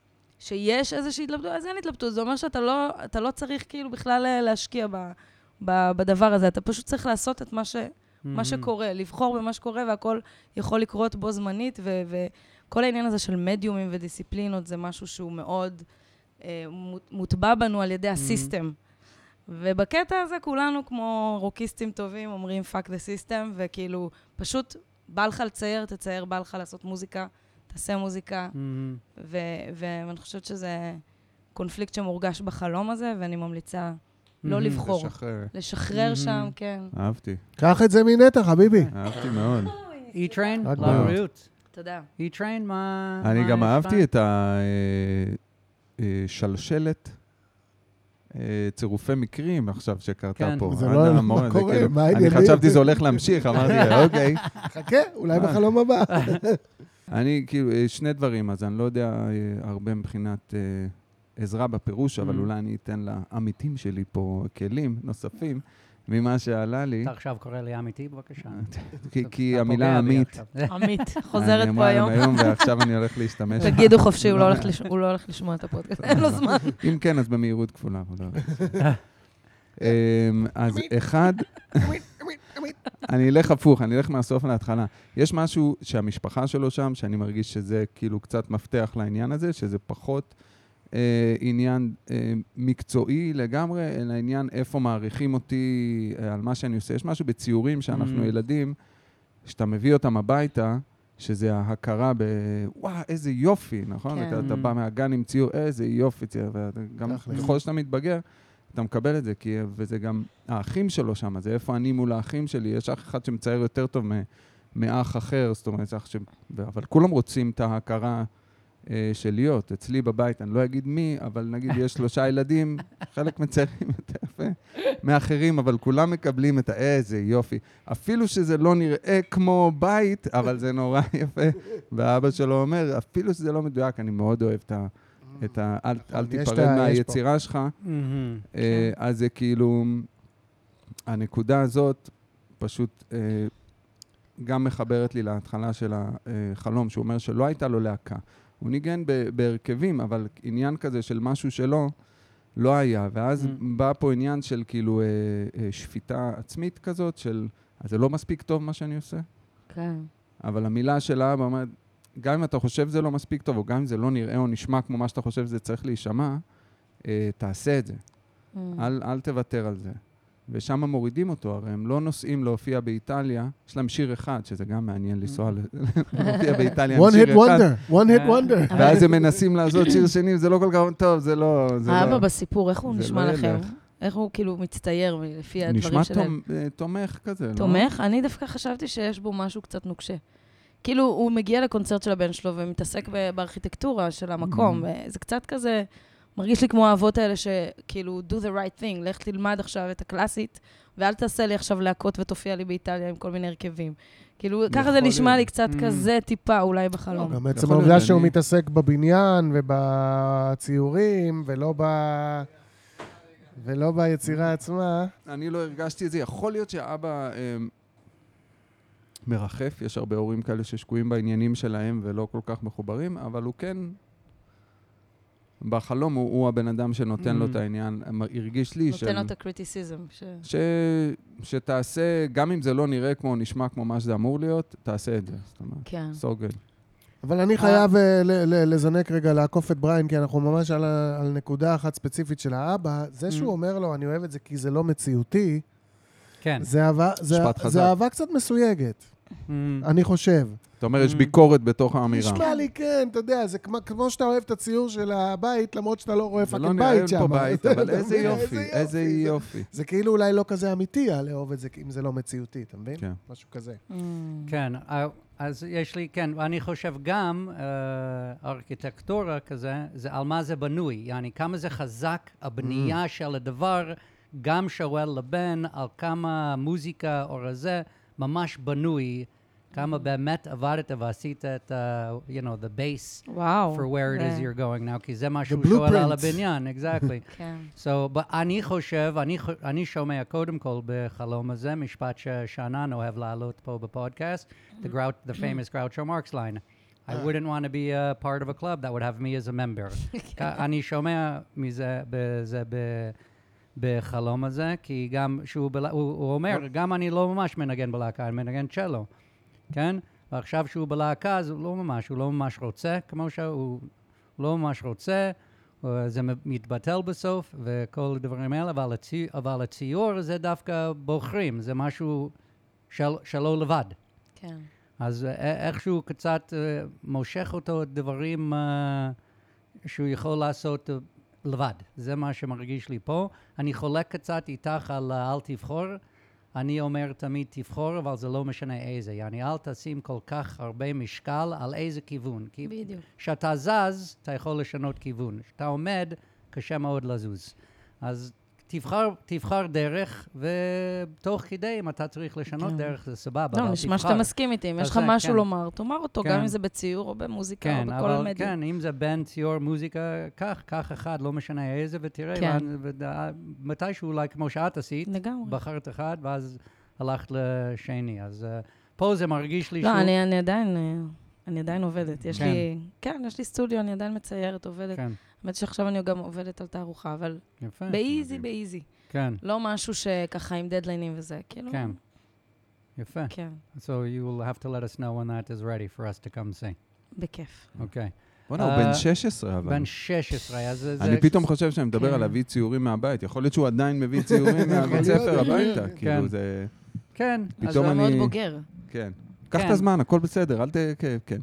שיש איזושהי התלבטות, אז אין התלבטות. זה אומר שאתה לא, אתה לא צריך כאילו בכלל אה, להשקיע ב, ב, בדבר הזה. אתה פשוט צריך לעשות את מה, ש, מה Mm. שקורה, לבחור במה שקורה, והכל יכול לקרות בו זמנית, ו, וכל העניין הזה של מדיומים ודיסציפלינות זה משהו שהוא מאוד אה, מוט- מוטבע בנו על ידי הסיסטם. ובקטע הזה כולנו כמו רוקיסטים טובים אומרים fuck the system, וכאילו פשוט בא לך לצייר, תצייר, בא לך לעשות מוזיקה, תעשה מוזיקה, Mm. ו- ואני חושבת שזה קונפליקט שמורגש בחלום הזה, ואני ממליצה לא Mhm. לבחור, לשחרר. לשחרר Mhm. שם, כן. אהבתי, קח את זה מנטע, חביבי. אהבתי מאוד. E-Train? רק מאוד. לבריאות. תודה. E-Train, מה... אני מה גם יש אהבתי לך? את השלשלת צירופי מקרים עכשיו שקרתה כן. פה. זה עד לא- מה המורה, זה קורה? כאילו- מה אני העניינים? חשבתי זה הולך להמשיך, אמרתי, אוקיי. חכה, אולי בחלום הבא. אני, כאילו, אה, שני דברים, אז אני לא יודע אה, הרבה מבחינת אה, עזרה בפירוש, אבל Mm. אולי אני אתן לעמיתים שלי פה כלים נוספים ממה שעלה לי. אתה עכשיו קורא לי אמיתי, בבקשה. כי- כי אתה המילה פוגע בי עמית, עכשיו. עמית, חוזרת אני פה אמרה להם היום. ועכשיו אני הולך להשתמש. תגידו חופשי, הוא לא הולך לש- הוא לא הולך לשמוע את הפודקאסט, אין לו זמן. אם כן, אז במהירות כפולה. אבל לא. אמ, אז אחד, אני אלך הפוך, אני אלך מהסוף להתחלה. יש משהו שהמשפחה שלו שם, שאני מרגיש שזה כאילו קצת מפתח לעניין הזה, שזה פחות אה, עניין אה, מקצועי לגמרי, אלא עניין איפה מעריכים אותי אה, על מה שאני עושה. יש משהו בציורים שאנחנו Mm. ילדים, שאתה מביא אותם הביתה, שזה ההכרה ב... וואו, איזה יופי, נכון? כן. אתה, אתה בא מהגן עם ציור, איזה יופי ציור, וגם תכל'ס. ככל שאתה מתבגר, אתה מקבל את זה, כי, וזה גם האחים שלו שם, זה איפה אני מול האחים שלי, יש אח אחד שמצייר יותר טוב מ- מאח אחר, זאת אומרת, אח ש... אבל כולם רוצים את ההכרה אה, של להיות. אצלי בבית, אני לא אגיד מי, אבל נגיד יש שלושה ילדים, חלק מציירים יותר יפה מאחרים, אבל כולם מקבלים את איזה יופי. אפילו שזה לא נראה כמו בית, אבל זה נורא יפה. ואבא שלו אומר, אפילו שזה לא מדויק, אני מאוד אוהב את ה... את ה... אל, אל תיפרד מהיצירה שלך. אז זה כאילו... הנקודה הזאת פשוט גם מחברת לי להתחלה של החלום, שהוא אומר שלא הייתה לו להקה. הוא ניגן בהרכבים, אבל עניין כזה של משהו שלו לא היה. ואז בא פה עניין של כאילו שפיטה עצמית כזאת, של, אז זה לא מספיק טוב מה שאני עושה. כן. אבל המילה של האבא אומרת, גם אם אתה חושב זה לא מספיק טוב, או גם אם זה לא נראה או נשמע כמו מה שאתה חושב זה צריך להישמע, תעשה את זה. אל, אל תוותר על זה. ושם מורידים אותו, הרי הם לא נוסעים להופיע באיטליה, יש להם שיר אחד, שזה גם מעניין לנסוע להופיע באיטליה עם שיר אחד. one hit wonder, one hit wonder. ואז הם מנסים לעשות שיר שני, זה לא כל כך טוב, זה לא... האבא בסיפור, איך הוא נשמע לכם? איך הוא כאילו מצטייר לפי הדברים שלהם? נשמע תומך כזה, לא? תומך? אני דווקא חשבתי שיש בו משהו קצת נוקשה. כאילו, הוא מגיע לקונצרט של הבן שלו ומתעסק בארכיטקטורה של המקום, וזה קצת כזה... מרגיש לי כמו האבות האלה שכאילו, do the right thing, לך תלמד עכשיו את הקלאסית, ואל תעשה לי עכשיו להקות ותופיע לי באיטליה עם כל מיני הרכבים. כאילו, ככה זה נשמע לי קצת כזה טיפה אולי בחלום. גם בעצם העובדה שהוא מתעסק בבניין ובציורים, ולא ב... ולא ביצירה עצמה. אני לא הרגשתי את זה. יכול להיות שהאבא מרחף, יש הרבה הורים כאלה ששקועים בעניינים שלהם ולא כל כך מחוברים, אבל הוא כן... בחלום הוא, הוא הבן אדם שנותן mm. לו את העניין, הרגיש לי נותן של... נותן לו את הקריטיסיזם. ש... ש... שתעשה, גם אם זה לא נראה כמו, נשמע כמו מה שזה אמור להיות, תעשה את זה. זאת אומרת, כן. סוגל. אבל אני חייב ל- ל- לזנק רגע, לעקוף את בריין, כי אנחנו ממש על, ה- על נקודה אחת ספציפית של האבא. זה שהוא אומר לו, אני אוהב את זה כי זה לא מציאותי, כן. זה אהבה, זה, זה אהבה קצת מסויגת. אני חושב. אתה אומר, יש ביקורת בתוך האמירה. נשמע לי, כן, אתה יודע, זה כמו, כמו שאתה אוהב את הציור של הבית, למרות שאתה לא רואה פאקינג לא בית שם. פה בית, אבל איזה יופי, איזה יופי. זה, זה כאילו אולי לא כזה אמיתי, לאהוב את זה, אם זה לא מציאותי, אתה מבין? כן. משהו כזה. כן, אז יש לי, כן, ואני חושב גם, ארכיטקטורה כזה, זה על מה זה בנוי, יעני, כמה זה חזק, הבנייה של הדבר, גם שואל לבן על כמה מוזיקה או רזה, ממש בנוי, כמה באמת עבדת ועשית את, uh, you know, the base wow. for where it is yeah. you're going now, כי זה מה שהוא שואל על הבניין, exactly. כן. So, but אני חושב, אני, אני שומע קודם כל בחלום הזה, משפט ששאנן אוהב לעלות פה בפודקאסט, the, Grou- the famous Groucho Marx line, I wouldn't want to be a part of a club that would have me as a member. אני שומע מזה, בזה, ב... בחלום הזה, כי גם שהוא, בל... הוא, הוא אומר, גם אני לא ממש מנגן בלהקה, אני מנגן צ'לו, כן? ועכשיו שהוא בלהקה, אז הוא לא ממש, הוא לא ממש רוצה, כמו שהוא לא ממש רוצה, זה מתבטל בסוף, וכל הדברים האלה, אבל, הצי... אבל הציור זה דווקא בוחרים, זה משהו של... שלא לבד. כן. אז איכשהו קצת מושך אותו דברים שהוא יכול לעשות לבד. זה מה שמרגיש לי פה. אני חולק קצת איתך על אל תבחור. אני אומר תמיד תבחור, אבל זה לא משנה איזה. יעני, אל תשים כל כך הרבה משקל על איזה כיוון. כי בדיוק. כשאתה זז, אתה יכול לשנות כיוון. כשאתה עומד, קשה מאוד לזוז. אז תבחר, תבחר דרך, ותוך כדי, אם אתה צריך לשנות כן. דרך, זה סבבה. לא, נשמע שאתה מסכים איתי. אם יש לך משהו כן. לומר, תאמר אותו, כן. גם אם זה בציור או במוזיקה כן, או בכל אבל מדיה. כן, אם זה בין ציור, מוזיקה, כך, כך אחד, לא משנה איזה, ותראה, כן. ודא, מתישהו אולי כמו שאת עשית, לגמרי. בחרת אחד, ואז הלכת לשני. אז uh, פה זה מרגיש לי לא, שהוא... אני, אני עדיין, אני עדיין עובדת. יש כן. לי, כן, יש לי סטודיו, אני עדיין מציירת, עובדת. כן, האמת שעכשיו אני גם עובדת על תערוכה, אבל יפה. באיזי, באיזי. כן, לא משהו שככה עם דדליינים וזה, כאילו. כן. יפה. כן, So you will have to let us know when that is ready for us to come see. בכיף. אוקיי. בוא'נה, הוא בן שש עשרה, אבל. בן שש עשרה, אז זה... אני פתאום חושב שאני מדבר על להביא ציורים מהבית. יכול להיות שהוא עדיין מביא ציורים מהבית ספר הביתה. כאילו זה... כן. פתאום הוא אני... מאוד בוגר. כן. קח את הזמן, הכל בסדר, אל ת... כן.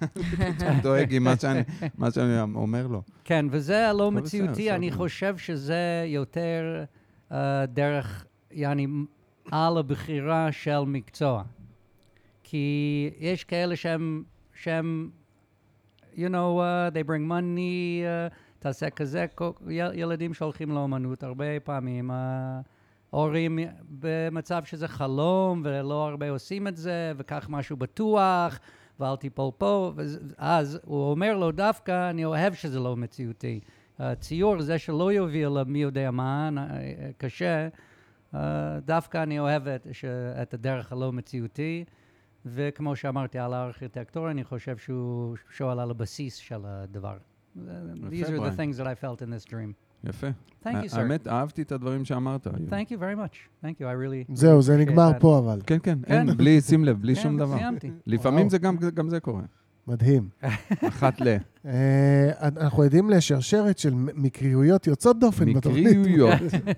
דואג עם מה שאני אומר לו. כן, וזה לא בסדר, מציאותי, בסדר. אני חושב שזה יותר אה, דרך, יעני, על הבחירה של מקצוע. כי יש כאלה שהם, שהם you know, uh, they bring money, uh, תעשה כזה, ילדים שהולכים לאומנות הרבה פעמים, ההורים במצב שזה חלום, ולא הרבה עושים את זה, וכך משהו בטוח, ואל תיפול פה, אז הוא אומר לו דווקא, אני אוהב שזה לא מציאותי. הציור זה שלא יוביל למי יודע מה, קשה, דווקא אני אוהב את הדרך הלא מציאותי, וכמו שאמרתי על הארכיטקטורה, אני חושב שהוא שואל על הבסיס של הדבר. These are the things that I felt in this dream. יפה. Thank you, sir. האמת, אהבתי את הדברים שאמרת. Thank you very much. Thank you, I really... זהו, זה נגמר פה אבל. כן, כן, אין, בלי, שים לב, בלי שום דבר. סיימתי. לפעמים זה גם זה קורה. מדהים. אחת ל... אנחנו יודעים לשרשרת של מקריויות יוצאות דופן בתוכנית. מקריויות.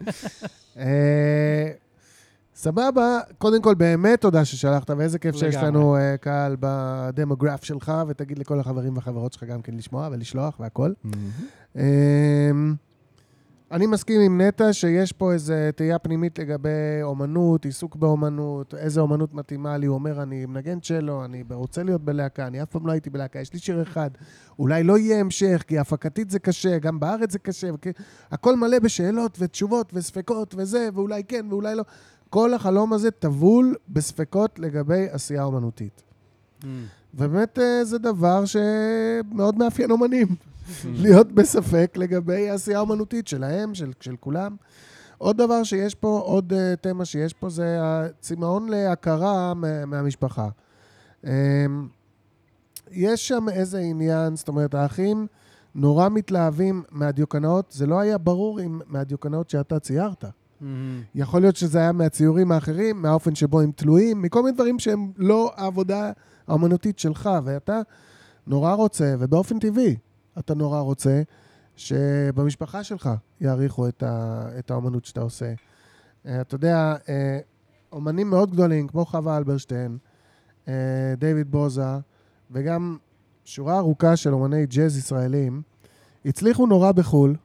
סבבה, קודם כל באמת תודה ששלחת, ואיזה כיף שיש לנו קהל בדמוגרף שלך, ותגיד לכל החברים והחברות שלך גם כן לשמוע ולשלוח והכל. אני מסכים עם נטע שיש פה איזו תהייה פנימית לגבי אומנות, עיסוק באומנות, איזה אומנות מתאימה לי. הוא אומר, אני מנגן צ'לו, אני רוצה להיות בלהקה, אני אף פעם לא הייתי בלהקה, יש לי שיר אחד, אולי לא יהיה המשך, כי הפקתית זה קשה, גם בארץ זה קשה, הכל מלא בשאלות ותשובות וספקות וזה, ואולי כן ואולי לא. כל החלום הזה טבול בספקות לגבי עשייה אומנותית. Mm. ובאמת זה דבר שמאוד מאפיין אומנים, להיות בספק לגבי עשייה אומנותית שלהם, של, של כולם. עוד דבר שיש פה, עוד uh, תמה שיש פה, זה הצמאון להכרה מהמשפחה. Um, יש שם איזה עניין, זאת אומרת, האחים נורא מתלהבים מהדיוקנאות, זה לא היה ברור אם מהדיוקנאות שאתה ציירת. Mm-hmm. יכול להיות שזה היה מהציורים האחרים, מהאופן שבו הם תלויים, מכל מיני דברים שהם לא העבודה האמנותית שלך, ואתה נורא רוצה, ובאופן טבעי אתה נורא רוצה, שבמשפחה שלך יעריכו את, ה, את האמנות שאתה עושה. אתה יודע, אומנים מאוד גדולים, כמו חווה אלברשטיין, דיוויד בוזה, וגם שורה ארוכה של אומני ג'אז ישראלים, הצליחו נורא בחול,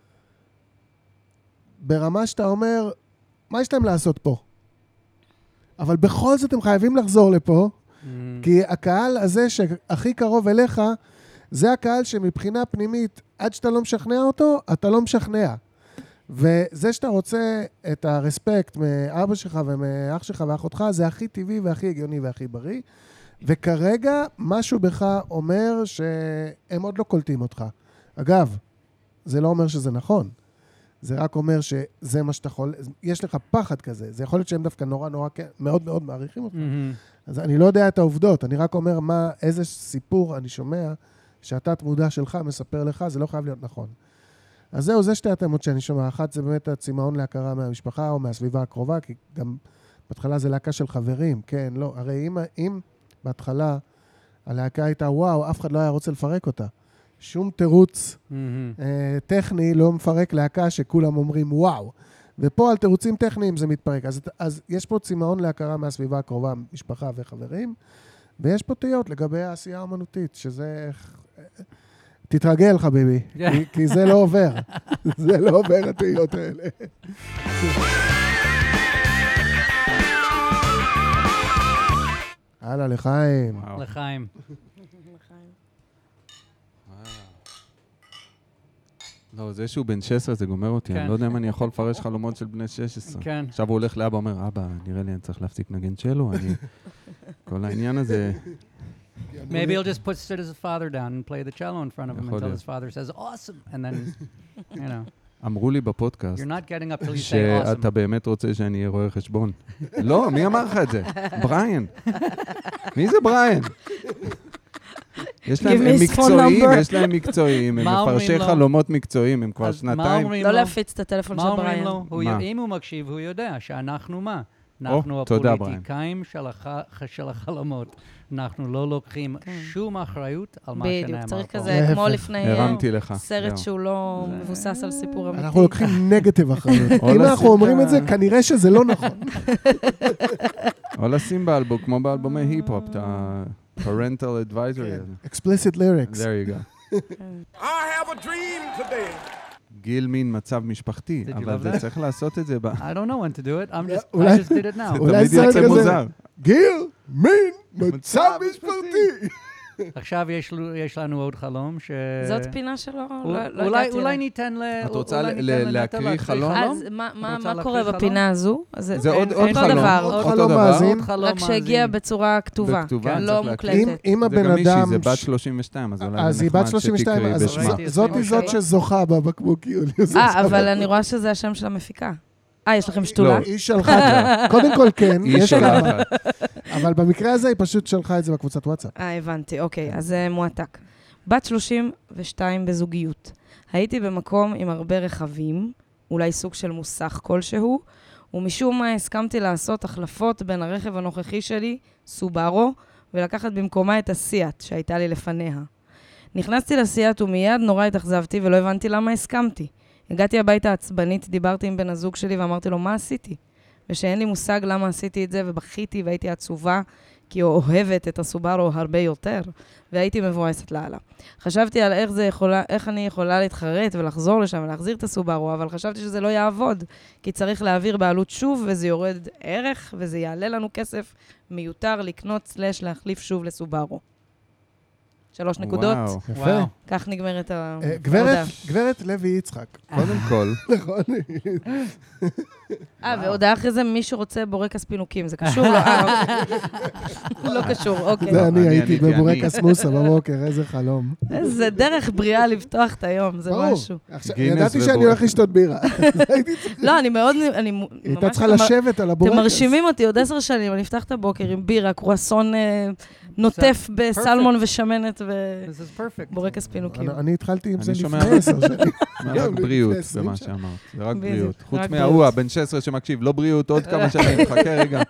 ברמה שאתה אומר, מה יש להם לעשות פה? אבל בכל זאת הם חייבים לחזור לפה, mm. כי הקהל הזה שהכי קרוב אליך, זה הקהל שמבחינה פנימית, עד שאתה לא משכנע אותו, אתה לא משכנע. וזה שאתה רוצה את הרספקט מאבא שלך ומאח שלך ואחותך, זה הכי טבעי והכי הגיוני והכי בריא, וכרגע משהו בך אומר שהם עוד לא קולטים אותך. אגב, זה לא אומר שזה נכון. זה רק אומר שזה מה שאתה יכול, יש לך פחד כזה, זה יכול להיות שהם דווקא נורא נורא מאוד מאוד מעריכים אותך. Mm-hmm. אז אני לא יודע את העובדות, אני רק אומר מה, איזה סיפור אני שומע, שהתת מודע שלך מספר לך, זה לא חייב להיות נכון. אז זהו, זה שתי התאמות שאני שומע. אחת זה באמת הצמאון להכרה מהמשפחה או מהסביבה הקרובה, כי גם בהתחלה זה להקה של חברים, כן, לא, הרי אם, אם בהתחלה הלהקה הייתה וואו, אף אחד לא היה רוצה לפרק אותה. שום תירוץ mm-hmm. אה, טכני לא מפרק להקה שכולם אומרים וואו. ופה על תירוצים טכניים זה מתפרק. אז, אז יש פה צמאון להכרה מהסביבה הקרובה, משפחה וחברים, ויש פה תהיות לגבי העשייה האמנותית, שזה... תתרגל חביבי, כי, כי זה לא עובר. זה לא עובר התהיות האלה. הלאה, לחיים. לחיים. לא, זה שהוא בן שש עשרה, זה גומר אותי. אני לא יודע אם אני יכול לפרש חלומות של בני שש עשרה. כן. עכשיו הוא הולך לאבא, אומר, אבא, נראה לי אני צריך להפסיק נגן צ'לו, אני... כל העניין הזה... Maybe he'll just put sit his father down and play the cello in front of him until his father says, awesome, and then, you know. אמרו לי בפודקאסט, You're not getting up till you say awesome. שאתה באמת רוצה שאני אהיה רואה חשבון. לא, מי אמר לך את זה? בריין. מי זה בריין? יש להם מקצועיים, יש להם מקצועיים, הם מפרשי חלומות מקצועיים, הם כבר שנתיים. לא להפיץ את הטלפון של בריין. מה אומרים לו? אם הוא מקשיב, הוא יודע שאנחנו מה? אנחנו הפוליטיקאים של החלומות. אנחנו לא לוקחים שום אחריות על מה שנאמר פה. בדיוק, צריך כזה, כמו לפני סרט שהוא לא מבוסס על סיפור אמיתי. אנחנו לוקחים נגטיב אחריות. אם אנחנו אומרים את זה, כנראה שזה לא נכון. או לשים באלבום, כמו באלבומי היפ-הופ, את ה-parental advisory. Explicit lyrics. There you go. I have a dream today. גיל מין מצב משפחתי, אבל זה צריך לעשות את זה ב... I don't know when to do it, I'm just, I just did it now. זה תמיד יוצא מוזר. גיל מין מצב משפחתי. עכשיו יש לו- יש לנו עוד חלום ש... זאת פינה שלו, אול- לא לא אולי- הגעתי אולי אליה. ניתן ל... את רוצה אולי ל- ניתן ל- לנטע להקריא להקריא חלום? אז מה- מה רוצה מה להקריא קורה חלום? בפינה הזו? אז זה עוד אין- עוד אין אותו חלום. דבר. עוד אותו חלום דבר. מאזין. עוד חלום רק שהגיע מאזין. בצורה כתובה, בכתובה, לא צריך להקריא. אם, מוקלטת. אם זה הבן גם מישהי, אדם... זה בת ש- שלושים ושתיים, אז אולי אז זה היא בת נחמד שלושים ושתיים, שתקראי אז בשמה. ראיתי. ז- זאת אוקיי. זאת שזוכה בבקבוק יוליוס. אה, אבל אני רואה שזה השם של המפיקה. אה, יש לכם שתולה? לא. היא שלחה, קודם כל כן, היא יש כמה, שולחת. אבל במקרה הזה היא פשוט שלחה את זה בקבוצת וואטסאפ. אה, הבנתי, אוקיי, אז זה מועתק. בת שלושים ושתיים בזוגיות. הייתי במקום עם הרבה רכבים, אולי סוג של מוסך כלשהו, ומשום מה הסכמתי לעשות החלפות בין הרכב הנוכחי שלי, סובארו, ולקחת במקומה את הסיאט שהייתה לי לפניה. נכנסתי לסיאט ומיד נורא התאכזבתי ולא הבנתי למה הסכמתי. הגעתי הביתה עצבנית, דיברתי עם בן הזוג שלי ואמרתי לו, מה עשיתי? ושאין לי מושג למה עשיתי את זה, ובכיתי והייתי עצובה, כי אוהבת את הסובארו הרבה יותר, והייתי מבואסת לאללה. חשבתי על איך, זה יכולה, איך אני יכולה להתחרט ולחזור לשם ולהחזיר את הסובארו, אבל חשבתי שזה לא יעבוד, כי צריך להעביר בעלות שוב, וזה יורד ערך, וזה יעלה לנו כסף מיותר לקנות סלש להחליף שוב לסובארו. שלוש נקודות, וואו. יפה. וואו. כך נגמרת אה, ההודעה. גברת, גברת לוי יצחק, קודם כל, נכון? אה, והודעה אחרי זה, מי שרוצה בורקס פינוקים, זה קשור? לא, אה, אוקיי. לא קשור, אוקיי. זה אני אני הייתי עניתי, בבורקס מוסה בבוקר, איזה חלום. איזה דרך בריאה לפתוח את היום, זה ברור. משהו. עכשיו, גינס ידעתי שאני ובורקס. הולך לשתות בירה. הייתי צריך- לא, אני מאוד, אני היא הייתה ממש... צריכה אתם- לשבת על הבורקס. אתם מרשימים אותי, עוד עשר שנים, אני אפתח את הבוקר עם בירה, קרואסון אה, נוטף בסלמון ושמנת This is perfect. ובורקס פינוקים. אני- אני התחלתי עם זה אני שומע לפני רק- עשר שנים. רק גם לפני בריאות עשרים במה שנה. שאמרת. זה רק בדיוק, בריאות. חוץ רק מההוא, בריאות. הבן שש עשרה שמקשיב, לא בריאות, עוד כמה שנים, חכה רגע.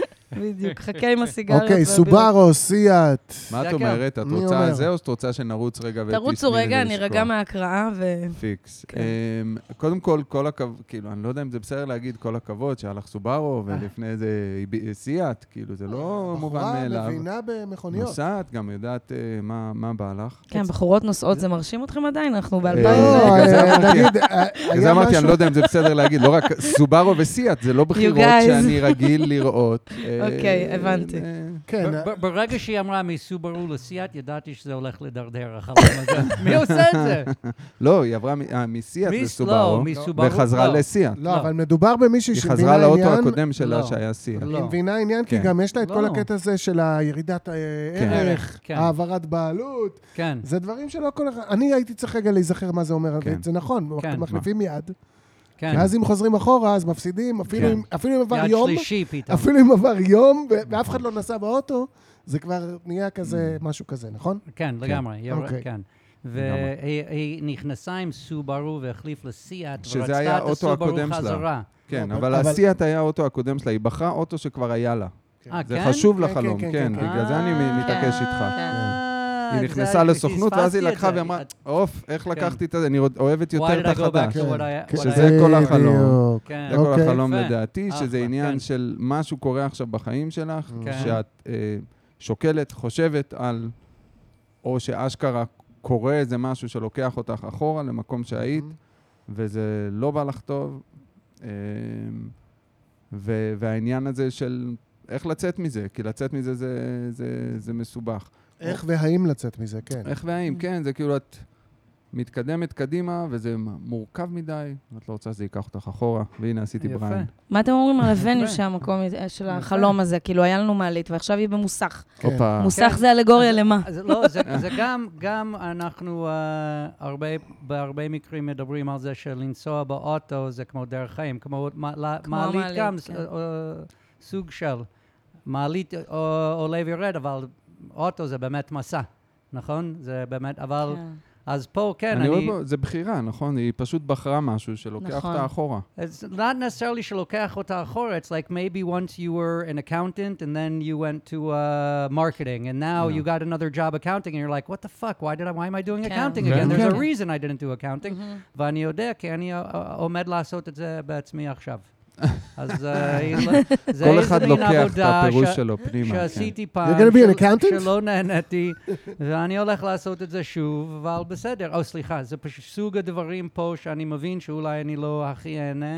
בדיוק, חכה עם הסיגריות. אוקיי, והבירה. סובארו, סיאט. מה את דקה. אומרת? את מי רוצה אומר? זה, או שאת רוצה שנרוץ רגע ותשמעי תרוצו רגע, אני לשקוע? רגע מההקראה ו... פיקס. כן. אמ, קודם כל, כל הכבוד, כאילו, אני לא יודע אם זה בסדר להגיד כל הכבוד, שהיה לך סובארו, ולפני זה איב- סיאט, כאילו, זה לא מובן בחורה מאליו. מבינה במכוניות. נוסעת, גם יודעת אה, מה מה בא לך. כן, בחורות נוסעות, זה מרשים אתכם עדיין? אנחנו אה, ב-אלפיים. לא, בגלל זה אה, אמרתי- נגיד, אה, אז היה אמרתי, אני משהו... לא יודע אם זה בסדר להגיד, לא רק סובארו וסיאט, זה לא בחירות guys. שאני רגיל לראות. אה, אוקיי, הבנתי. אה, כן, ב- ב- ברגע שהיא אמרה מסוברו לסיאט, ידעתי שזה הולך לדרדר החלום הזה. מי עושה את זה? לא, היא עברה מ- אה, מסיאט מי- לסובארו, לא, מסוברו, וחזרה לא. לסיאט. לא, אבל מדובר במישהי היא שמבינה חזרה עניין... לאוטו הקודם שלה לא. שהיה סיאט. לא. היא מבינה עניין, כי כן. גם יש לה את כל לא. הקטע הזה של הירידת אה, כן. ערך, כן. העברת בעלות. כן. זה דברים שלא כל אחד... אני הייתי צריך רגע להיזכר מה זה אומר, כן. זה נכון, כן. מחליפים יד. כן. ואז אם חוזרים אחורה, אז מפסידים, אפילו כן. אם- אפילו אם עבר יד יום, שלישי פתאום. אפילו אם עבר יום, ו- ואף אחד לא נסע באוטו, זה כבר נהיה כזה, משהו כזה, נכון? כן, לגמרי. you're right, אוקיי. כן. והיא היא נכנסה עם סובארו והחליף לסיאט, שזה ורצתה היה את האוטו הסובארו הקודם שלה. חזרה. כן, לא, אבל אבל- הסיאט היה האוטו הקודם שלה, היא בחרה אוטו שכבר היה לה. אה, זה כן? חשוב כן, לחלום, כן, כן, כן, כן. בגלל זה אני אה, מתעקש איתך. אה, היא זה- נכנסה לסוכנות, ואז היא פספסתי את לקחה זה. ואמרה, את- עוף, איך כן. לקחתי את זה? אני עוד אוהבת Why יותר did את I go back החדש. to what I- כן. what שזה I- כל החלום. בדיוק. כן. זה כל אוקיי. החלום יפה. לדעתי, אחלה, שזה עניין כן. של משהו קורה עכשיו בחיים שלך, כן. שאת אה, שוקלת, חושבת על, או שאשכרה קורה איזה משהו שלוקח אותך אחורה למקום שהיית, וזה לא בא לך טוב, אה, ו- והעניין הזה של איך לצאת מזה, כי לצאת מזה זה, זה, זה מסובך. איך והאם לצאת מזה, כן. איך והאם, כן, זה כאילו את מתקדמת קדימה, וזה מורכב מדי, ואת לא רוצה שזה ייקח אותך אחורה, והנה עשיתי יפה. בריין. מה אתם אומרים על הווניו יפה. שהמקום של החלום הזה? כאילו, היה לנו מעלית, ועכשיו היא במוסך. כן. הופה. מוסך כן. זה אלגוריה למה? אז לא, זה, זה גם, גם אנחנו uh, הרבה, בהרבה מקרים מדברים על זה שלנסוע באוטו זה כמו דרך חיים, כמו מעלה- כמו מעלית המעלית, גם, כן. uh, סוג של מעלית uh, עולה וירד, אבל אוטו זה באמת מסע, נכון? זה באמת, אבל, כן. אז פה כן, אני אני... רואה, זה בחירה, נכון? היא פשוט בחרה משהו שלוקח נכון. אותה אחורה. It's not necessarily שלוקח אותה אחורה. It's like maybe once you were an accountant and then you went to uh, marketing and now Yeah. you got another job accounting and you're like, what the fuck? Why did I? Why am I doing כן. accounting כן. again? There's a כן. reason I didn't do accounting. ואני יודע כי אני uh, עומד לעשות את זה בעצמי עכשיו. אז uh, זה כל איזה אחד מין לוקח את עבודה הפירוש ש- שלו פנימה. כן. שעשיתי You're פעם, gonna be an של- accountant? שלא נהניתי, ואני הולך לעשות את זה שוב, אבל בסדר. או סליחה, זה פשוט סוג הדברים פה שאני מבין שאולי אני לא הכי אהנה,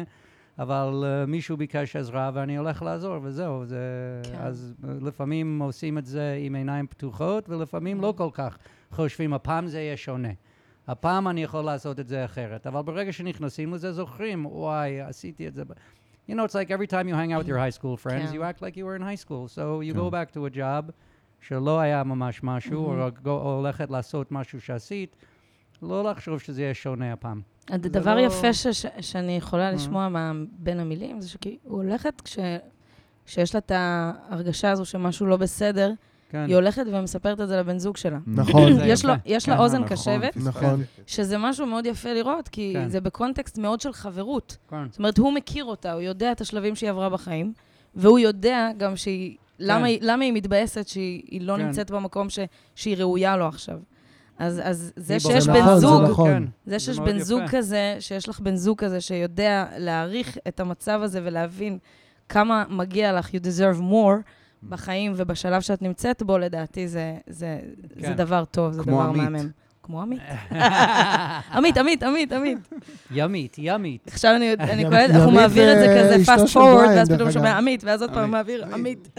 אבל uh, מישהו ביקש עזרה ואני הולך לעזור, וזהו. זה, כן. אז uh, לפעמים עושים את זה עם עיניים פתוחות, ולפעמים לא כל כך חושבים, הפעם זה יהיה שונה. הפעם אני יכול לעשות את זה אחרת. אבל ברגע שנכנסים לזה, זוכרים, וואי, עשיתי את זה. You know, it's like every time you hang out with your high school friends, כן. you act like you were in high school. So you כן. go back to a job שלא היה ממש משהו, או, או הולכת לעשות משהו שעשית, לא לחשוב שזה יהיה שונה הפעם. הדבר לא- יפה ש- ש- שאני יכולה לשמוע מה- בין המילים, זה שהיא הולכת כש- כשיש לה את ההרגשה הזו שמשהו לא בסדר, כן. היא הולכת ומספרת את זה לבן זוג שלה. נכון. זה יש יפה. לו- יש לה כן, אוזן נכון. קשבת, נכון. שזה משהו מאוד יפה לראות, כי כן. זה בקונטקסט מאוד של חברות. כן. זאת אומרת, הוא מכיר אותה, הוא יודע את השלבים שהיא עברה בחיים, והוא יודע גם שהיא, למה היא- למה היא מתבאסת שהיא היא לא כן. נמצאת במקום ש- שהיא ראויה לו עכשיו. אז אז זה היא שיש זה בן נכון, זה זוג, נכון. כן. זה שיש מאוד בן יפה. זוג כזה, שיש לך בן זוג כזה שיודע להעריך את המצב הזה ולהבין כמה מגיע לך, you deserve more, בחיים ובשלב שאת נמצאת בו, לדעתי זה, זה, כן. זה דבר טוב, זה כמו דבר עמית. מהמם. כמו עמית. עמית, עמית, עמית, עמית. ימית, ימית. עכשיו אני אני ימית- קולטת, אנחנו ימית מעביר את זה זה כזה אשתו fast של forward, בריין, ואז דרך פתאום שומע אגב. עמית, ואז עוד פעם עמית. מעביר עמית.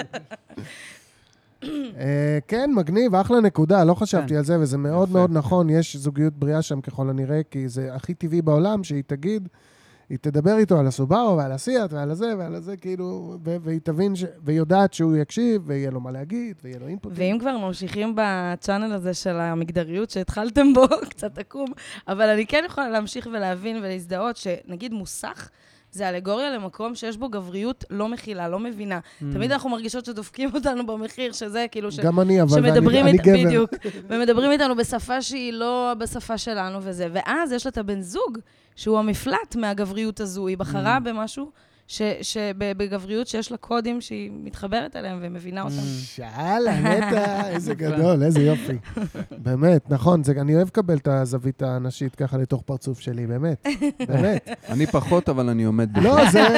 אה, כן, מגניב, אחלה נקודה, לא חשבתי כן. על זה, וזה מאוד יפה. מאוד נכון, יש זוגיות בריאה שם ככל הנראה, כי זה הכי טבעי בעולם שהיא תגיד, היא תדבר איתו על הסובארו ועל הסיאט ועל הזה ועל הזה, כאילו, ו- והיא תבין, ש- והיא יודעת שהוא יקשיב, ויהיה לו מה להגיד, ויהיה לו אינפוט. ואם כבר ממשיכים בצ'אנל הזה של המגדריות שהתחלתם בו, קצת עקום, אבל אני כן יכולה להמשיך ולהבין ולהזדהות שנגיד מוסך, זה אלגוריה למקום שיש בו גבריות לא מכילה, לא מבינה. תמיד אנחנו מרגישות שדופקים אותנו במחיר, שזה כאילו ש... גם אני, אבל ואני- שמדברים אני אית- גבר. בדיוק, ומדברים איתנו בשפה שהיא לא בשפה שלנו וזה. ואז יש לה את הבן זוג, שהוא המפלט מהגבריות הזו. היא בחרה במשהו, ש- שב- בגבריות שיש לה קודים שהיא מתחברת אליהם ומבינה אותם. שאלה, נטע, איזה גדול, איזה יופי. באמת, נכון, זה- אני אוהב לקבל את הזווית הנשית ככה לתוך פרצוף שלי, באמת, באמת. אני פחות, אבל אני עומד בזה. לא, זה...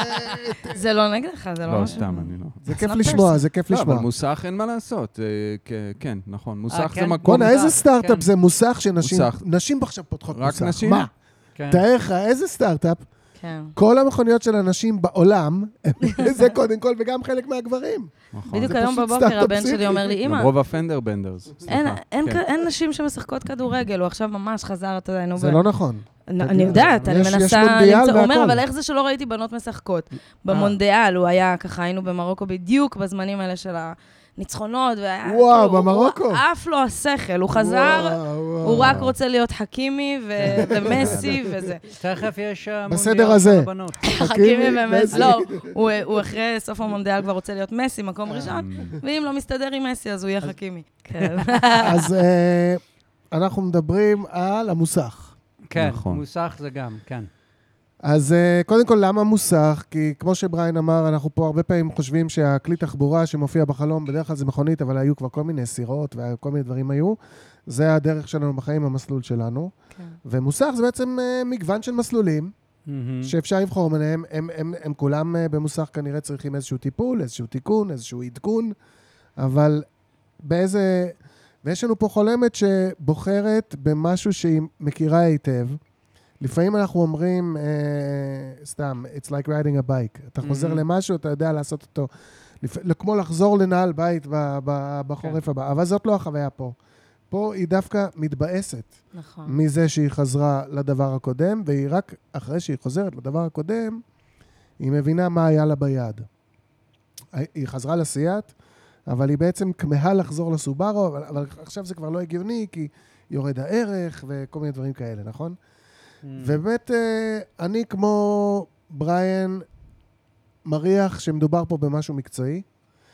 זה לא נגדך, זה לא לא, משהו. סתם, אני לא. זה כיף not לשמוע, זה כיף לא, אבל לשמוע. מוסך אין מה לעשות. אה, כ- כן, נכון. מוסך זה כן? מקום... בוא'נה, איזה מוסך, סטארט-אפ כן. זה מוסך שנשים... מוסך. נשים עכשיו פותחות רק מוסך. נשים? מה? כן. תאר לך, איזה סטארט-אפ? כן. כל המכוניות של הנשים בעולם, זה קודם כל, וגם חלק מהגברים. נכון. בדיוק זה היום פשוט בבוקר סטארט-אפ הבן שלי פסיכי. אומר לי, גם אמא, רוב הפנדר בנדרס. אין- סליחה. אין כן. כ- אין נשים שמשחקות כדורגל, הוא עכשיו ממש חזר, אתה יודע, נו, זה ב- לא נכון. אני אני יודעת, אני יש- יש מנסה מונדיאל למצוא, הוא אומר, והכל. אבל איך זה שלא ראיתי בנות משחקות? במונדיאל הוא היה, ככה היינו במרוקו בדיוק בזמנים האלה של הניצחונות, והיה, וואו, כאילו, במרוקו. הוא עף לו השכל, הוא חזר, וואו, וואו. הוא רק רוצה להיות חכימי ו- ומסי וזה. תכף יש אה, בסדר מונדיאל הזה. של הבנות. חכימי ומסי, מסי. לא, הוא- הוא אחרי סוף המונדיאל כבר רוצה להיות מסי, מקום ראשון, ואם לא מסתדר עם מסי, אז הוא יהיה חכימי. כן. אז אה, אנחנו מדברים על המוסך. כן, נכון. מוסך זה גם, כן. אז uh, קודם כל, למה מוסך? כי כמו שבריין אמר, אנחנו פה הרבה פעמים חושבים שהכלי תחבורה שמופיע בחלום, בדרך כלל זה מכונית, אבל היו כבר כל מיני סירות וכל מיני דברים היו. זה הדרך שלנו בחיים, המסלול שלנו. כן. ומוסך זה בעצם uh, מגוון של מסלולים, מהמם. שאפשר לבחור ביניהם. הם, הם, הם כולם uh, במוסך כנראה צריכים איזשהו טיפול, איזשהו תיקון, איזשהו עדכון, אבל באיזה... ויש לנו פה חולמת שבוחרת במשהו שהיא מכירה היטב. לפעמים אנחנו אומרים, אה, סתם, it's like riding a bike. אתה חוזר Mhm. למשהו, אתה יודע לעשות אותו. לפ... כמו לחזור לנעל בית ב- ב- בחורף הבא. אבל זאת לא החוויה פה. פה היא דווקא מתבאסת נכון. מזה שהיא חזרה לדבר הקודם, והיא רק אחרי שהיא חוזרת לדבר הקודם, היא מבינה מה היה לה ביד. היא חזרה לסיאט, אבל היא בעצם כמהה לחזור לסובארו, אבל, אבל עכשיו זה כבר לא הגיוני, כי יורד הערך וכל מיני דברים כאלה, נכון? ובאמת, אה, אני כמו בריין מריח שמדובר פה במשהו מקצועי,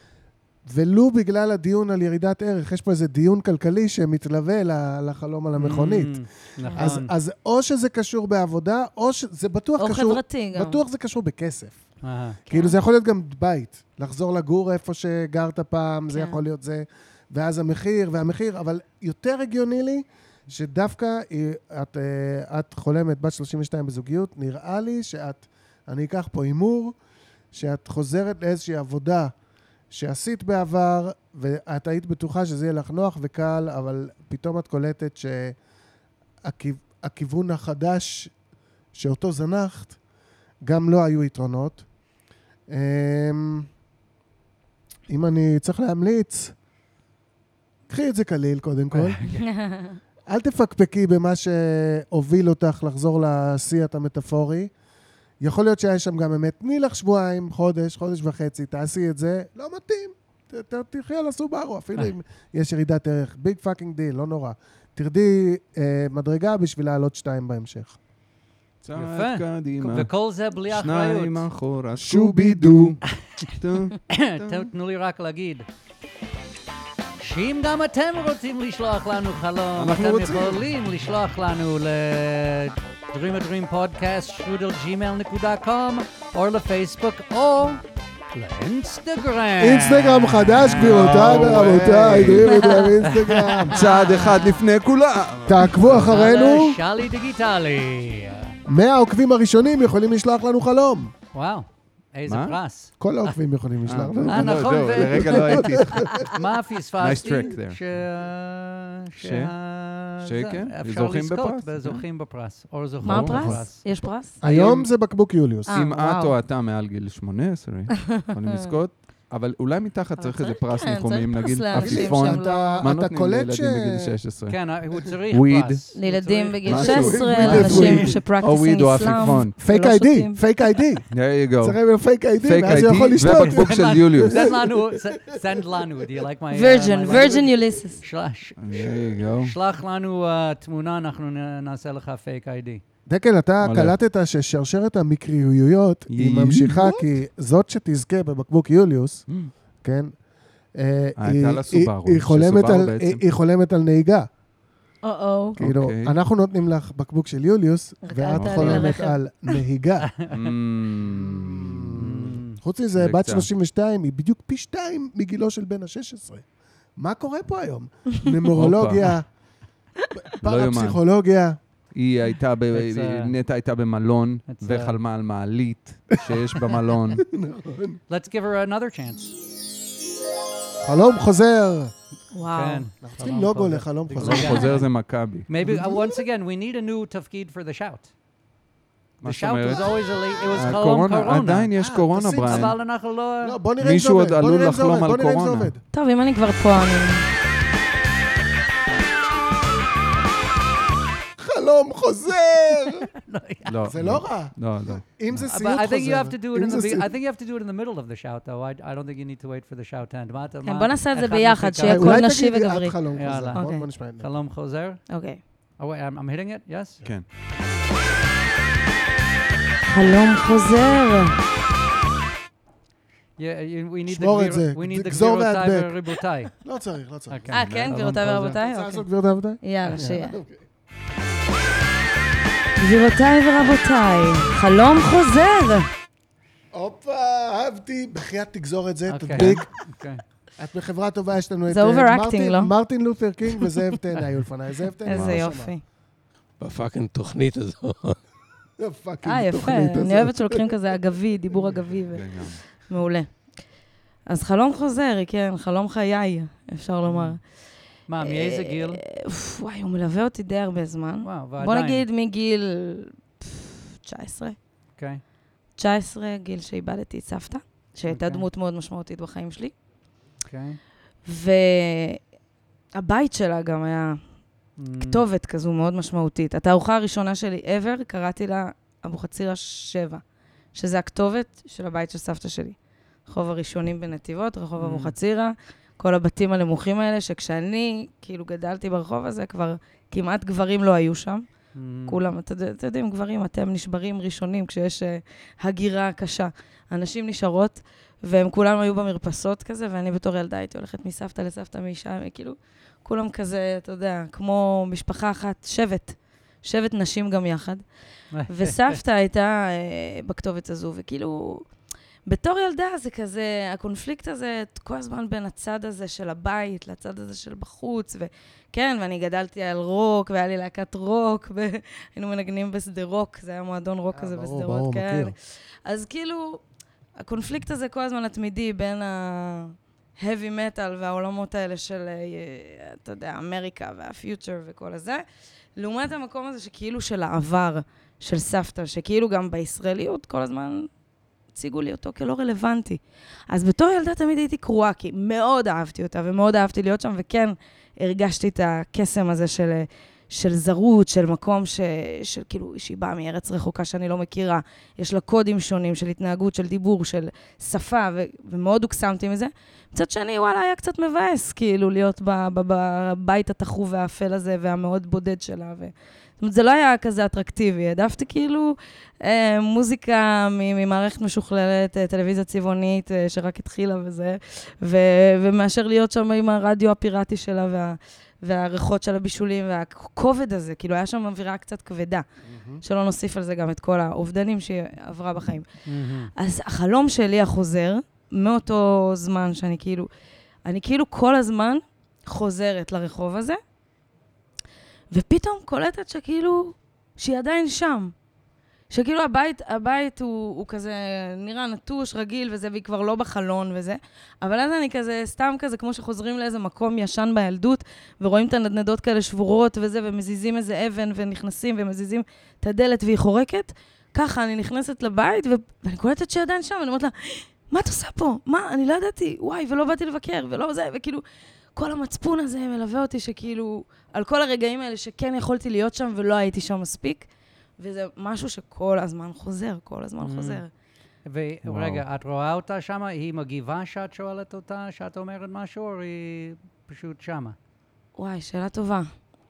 ולו בגלל הדיון על ירידת ערך, יש פה איזה דיון כלכלי שמתלווה ל- לחלום על המכונית. Mm, נכון. אז, אז או שזה קשור בעבודה, או שזה בטוח או קשור... חברתי גם. בטוח זה קשור בכסף. אהה. כאילו זה יכול להיות גם בית, לחזור לגור איפה שגרת פעם, זה כן. יכול להיות זה, ואז המחיר והמחיר, אבל יותר הגיוני לי שדווקא היא- את, אה, את חולמת בת שלושים ושתיים בזוגיות, נראה לי שאת, אני אקח פה אימור, שאת חוזרת לאיזושהי עבודה שעשית בעבר, ואת היית בטוחה שזה יהיה לך נוח וקל, אבל פתאום את קולטת שהכיוון החדש שאותו זנחת, גם לא היו יתרונות. אם אני צריך להמליץ, קחי את זה קליל קודם כל. אל תפקפקי במה שהוביל אותך לחזור לשיח המטאפורי. יכול להיות שיש שם גם אמת, תני לך שבועיים, חודש, חודש וחצי, תעשי את זה, לא מתאים. תלכי על הסובארו, אפילו אם יש ירידת ערך. ביג פאקינג דיל, לא נורא. תרדי מדרגה בשביל לעלות שתיים בהמשך. יפה. וכל זה בלי אחריות. שניים אחורה, שובידו. תנו לי רק להגיד. שאם גם אתם רוצים לשלוח לנו חלום, אתם יכולים לשלוח לנו ל-Dream a Dream Podcast שטרודל ג'ימייל נקודה קום או לפייסבוק או לאינסטגרם. אינסטגרם חדש, גבירותיי ורבותיי, Dream a Dream אינסטגרם. צעד אחד לפני כולם. תעקבו אחרינו. שלי דיגיטלי. מאה העוקבים הראשונים יכולים לשלוח לנו חלום. וואו. איזה פרס. כל העוקבים יכולים לשלוח לנו. אה, נכון. לרגע לא הייתי. מה פספסתי? ש... שכן? זוכים בפרס. זוכים בפרס. מה הפרס? יש פרס? היום זה בקבוק יוליוס. אם את או אתה מעל גיל שמונה עשרה, יכולים לזכות. אבל אולי מתחת צריך איזה פרס ניחומים, נגיד עפיפון. מה נותנים לילדים בגיל שש עשרה? כן, הוא צריך פרס. לילדים בגיל שש עשרה, אנשים שפרקטיסינג אסלאם. פייק איי-די, פייק איי-די. There you go. צריך לו פייק איי-די, פייק ואז הוא יכול איי-די לשתות. ובקבוק של יוליוס. send לנו, send לנו, do you like my... Virgin, Virgin Ulysses. There you go. שלח לנו תמונה, אנחנו נעשה לך פייק איי-די. דקל, אתה קלטת ששרשרת המקריויות היא ממשיכה, כי זאת שתזכה בבקבוק יוליוס, כן, היא חולמת על נהיגה. או-או. כאילו, אנחנו נותנים לך בקבוק של יוליוס, ואת חולמת על נהיגה. חוץ מזה, בת שלושים ושתיים היא בדיוק פי שתיים מגילו של בן ה-שש עשרה. מה קורה פה היום? נמרולוגיה, פרפסיכולוגיה. היא הייתה, נטע הייתה במלון, וחלמה על מעלית שיש במלון. Let's give her another chance. חלום חוזר. וואו. אנחנו צריכים לוגו לחלום חוזר. חלום חוזר זה מכבי. Maybe, once again, we need a new תפקיד for the shout. מה The זאת shout אומרת? was always a... it was חלום הקורונה, קורונה. עדיין יש קורונה, בריין. אבל אנחנו לא... לא, בוא נראה אם זה מישהו עובד. עוד בוא עלול נראה אם זה לחלום עובד. על בוא נראה אם זה קורונה. עובד. טוב, אם אני כבר פה, אני... חלום חוזר! לא. זה לא רע. לא, לא. אם זה But סיוט I think you חוזר. have to do it in אם the זה be- סיוט. I think you have to do it in the middle of the shout, though. I, I don't think you need to wait for the shout to end. מה אתה- כן, מה- בוא נעשה את זה אחד ביחד, מחכה? שיהיה אולי קול נשי תגידי וגברי. את חלום חוזר. יאללה. בוא- אוקיי. בוא נשמע את זה. חלום חוזר? אוקיי. Oh, wait, I'm, I'm hitting it? Yes? כן. חלום חוזר. Yeah, you- we need the שמור את גביר- זה. we need the תגזור גבירותיי והדבק. ורבותיי. לא צריך, לא צריך. אוקיי. אה, כן, גבירותיי חוזר. ורבותיי? רוצה אוקיי. לעשות גבירותיי ורבותיי? יאללה, שיהיה. אוקיי. גבירותיי ורבותיי, חלום חוזר. הופה, אהבתי. בחייאת תגזור את זה, אוקיי. תדביק. אוקיי. את בחברה טובה, יש לנו את זה אה, overacting, מרטין- לא? מרטין לותר קינג וזאב טנא היו לפניי. זאב טנא. איזה מה יופי. בפאקינג תוכנית הזו. שמה? פאקינג אה, יפה. תוכנית הזאת. אני אוהבת שלוקחים כזה אגבי, דיבור אגבי. ו- כן, גם. מעולה. אז חלום חוזר, כן, חלום חיי, אפשר לומר. מה, מאיזה גיל? אוף, וואי, הוא מלווה אותי די הרבה זמן. וואו, בוא ועדיין. נגיד מגיל פף, תשע עשרה. אוקיי. תשע עשרה, גיל שאיבדתי את סבתא, שהייתה אוקיי. דמות מאוד משמעותית בחיים שלי. אוקיי. והבית שלה גם היה Mm, כתובת כזו מאוד משמעותית. התערוכה הראשונה שלי ever, קראתי לה אבוחצירא שבע, שזה הכתובת של הבית של סבתא שלי. רחוב הראשונים בנתיבות, רחוב Mm. אבוחצירא, כל הבתים הנמוכים האלה, שכשאני כאילו גדלתי ברחוב הזה, כבר כמעט גברים לא היו שם. mm, כולם, אתם יודע- אתם יודעים, גברים, אתם נשברים ראשונים כשיש אה, הגירה קשה. אנשים נשארות, והם כולם היו במרפסות כזה, ואני בתור ילדה הייתי הולכת מסבתא לסבתא מאישה, כאילו, כולם כזה, אתה יודע, כמו משפחה אחת, שבט, שבט נשים גם יחד. וסבתא הייתה אה, בכתובת הזו, וכאילו, בתור ילדה זה כזה, הקונפליקט הזה, כל הזמן בין הצד הזה של הבית לצד הזה של בחוץ, וכן, ואני גדלתי על רוק, והיה לי להקת רוק, והיינו מנגנים בשדה רוק, זה היה מועדון רוק כזה ברור, בשדרות, ברור, כן. מכיר. אז כאילו, הקונפליקט הזה כל הזמן התמידי בין ה-heavy metal והעולמות האלה של, אה, אתה יודע, אמריקה והפיוטר וכל הזה, לעומת המקום הזה שכאילו של העבר, של סבתא, שכאילו גם בישראליות כל הזמן הציגו לי אותו כלא רלוונטי. אז בתור ילדה תמיד הייתי קרואה, כי מאוד אהבתי אותה, ומאוד אהבתי להיות שם, וכן הרגשתי את הקסם הזה של, של זרות, של מקום ש, של כאילו, שהיא באה מארץ רחוקה שאני לא מכירה, יש לה קודים שונים של התנהגות, של דיבור, של שפה, ו, ומאוד הוקסמתי מזה. מצד שני, וואלה, היה קצת מבאס, כאילו, להיות בבית התחוב והאפל הזה, והמאוד בודד שלה, ו... זאת אומרת, זה לא היה כזה אטרקטיבי, העדפתי כאילו אה, מוזיקה ממערכת משוכללת, אה, טלוויזיה צבעונית אה, שרק התחילה וזה, ו- ומאשר להיות שם עם הרדיו הפיראטי שלה וה- והריחות של הבישולים והכובד הזה, כאילו היה שם אווירה קצת כבדה, mm-hmm. שלא נוסיף על זה גם את כל האובדנים שהיא עברה בחיים. Mm-hmm. אז החלום שלי החוזר, מאותו זמן שאני כאילו, אני כאילו כל הזמן חוזרת לרחוב הזה, ופתאום קולטת שכאילו, שהיא עדיין שם. שכאילו הבית, הבית הוא, הוא כזה נראה נטוש, רגיל וזה, והיא כבר לא בחלון וזה. אבל אז אני כזה, סתם כזה, כמו שחוזרים לאיזה מקום ישן בילדות, ורואים את הנדנדות כאלה שבורות וזה, ומזיזים איזה אבן, ונכנסים ומזיזים את הדלת והיא חורקת. ככה אני נכנסת לבית, ואני קולטת שהיא עדיין שם, ואני אומרת לה, מה את עושה פה? מה? אני לא ידעתי. וואי, ולא באתי לבקר, ולא זה, וכאילו... כל המצפון הזה מלווה אותי שכאילו, על כל הרגעים האלה שכן יכולתי להיות שם ולא הייתי שם מספיק, וזה משהו שכל הזמן חוזר, כל הזמן mm. חוזר. ורגע, את רואה אותה שם? היא מגיבה שאת שואלת אותה, שאת אומרת משהו, או היא פשוט שמה? וואי, שאלה טובה.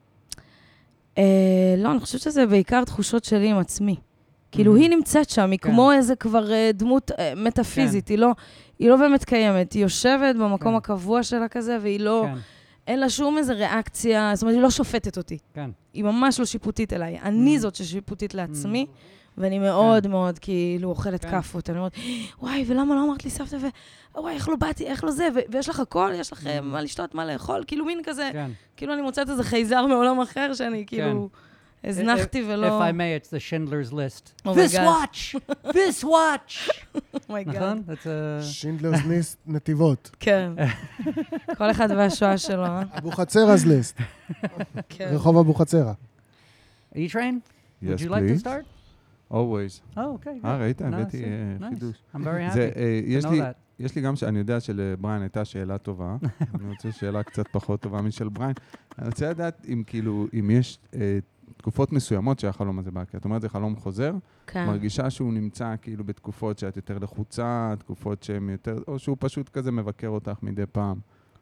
אה, לא, אני חושבת שזה בעיקר תחושות שלי עם עצמי. כאילו, היא נמצאת שם, היא כמו איזה כבר דמות מטאפיזית, היא לא... היא לא באמת קיימת, היא יושבת במקום הקבוע שלה כזה, והיא לא, אין לה שום איזה ריאקציה, זאת אומרת, היא לא שופטת אותי. היא ממש לא שיפוטית אליי. אני זאת ששיפוטית לעצמי, ואני מאוד מאוד כאילו אוכלת כפות. אני אומרת, וואי, ולמה לא אמרת לי סבתא, וואי, איך לא באתי, איך לא זה, ויש לך הכל, יש לך מה לשתות, מה לאכול, כאילו מין כזה, כאילו אני מוצאת איזה חייזר מעולם אחר, שאני כאילו... הזנחתי ולא... If I may, it's the Schindler's List. This watch! This watch! Oh my God. Schindler's List נתיבות. כן. כל אחד והשואה שלו. אבו חצרה's List. רחוב אבו חצרה. E-Train? Would you like to start? Always. Oh, okay. אה, ראית? הבאתי חידוש. I'm very happy to know that. יש לי גם, אני יודע שלבריין הייתה שאלה טובה, אני רוצה שאלה קצת פחות טובה משל בריין. אני רוצה לדעת אם כאילו, אם יש תקופות מסוימות שהחלום הזה בא, כי את אומרת, זה חלום חוזר, מרגישה שהוא נמצא כאילו בתקופות שאת יותר לחוצה, תקופות שהן יותר, או שהוא פשוט כזה מבקר אותך מדי פעם.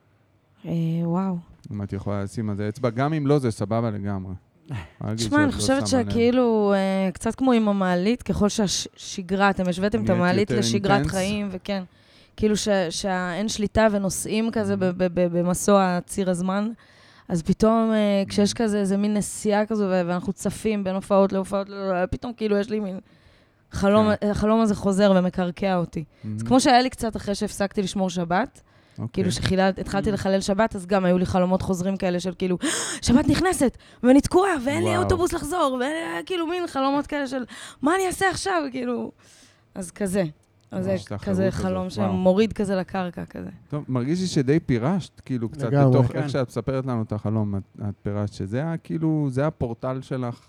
וואו. אם את יכולה לשים על זה אצבע, גם אם לא, זה סבבה לגמרי. תשמע, אני חושבת שכאילו, קצת כמו עם המעלית, ככל שהשגרה, אתם השוויתם את המעלית לשגרת חיים, וכן, כאילו שאין שליטה ונוסעים כזה במסוע ציר הזמן, אז פתאום, כשיש כזה איזה מין נסיעה כזו, ואנחנו צפים בין הופעות להופעות, פתאום כאילו יש לי מין חלום, החלום הזה חוזר ומקרקע אותי. אז כמו שהיה לי קצת אחרי שהפסקתי לשמור שבת, כאילו שהתחלתי לחלל שבת, אז גם היו לי חלומות חוזרים כאלה של כאילו, שבת נכנסת, ואני תקועה, ואין לי אוטובוס לחזור, וכאילו מין חלומות כאלה של, מה אני אעשה עכשיו? כאילו, אז כזה. אז זה כזה חלום שמוריד כזה לקרקע כזה. טוב, מרגיש לי שדי פירשת, כאילו קצת בתוך איך שאת מספרת לנו את החלום, את פירשת שזה היה כאילו, זה הפורטל שלך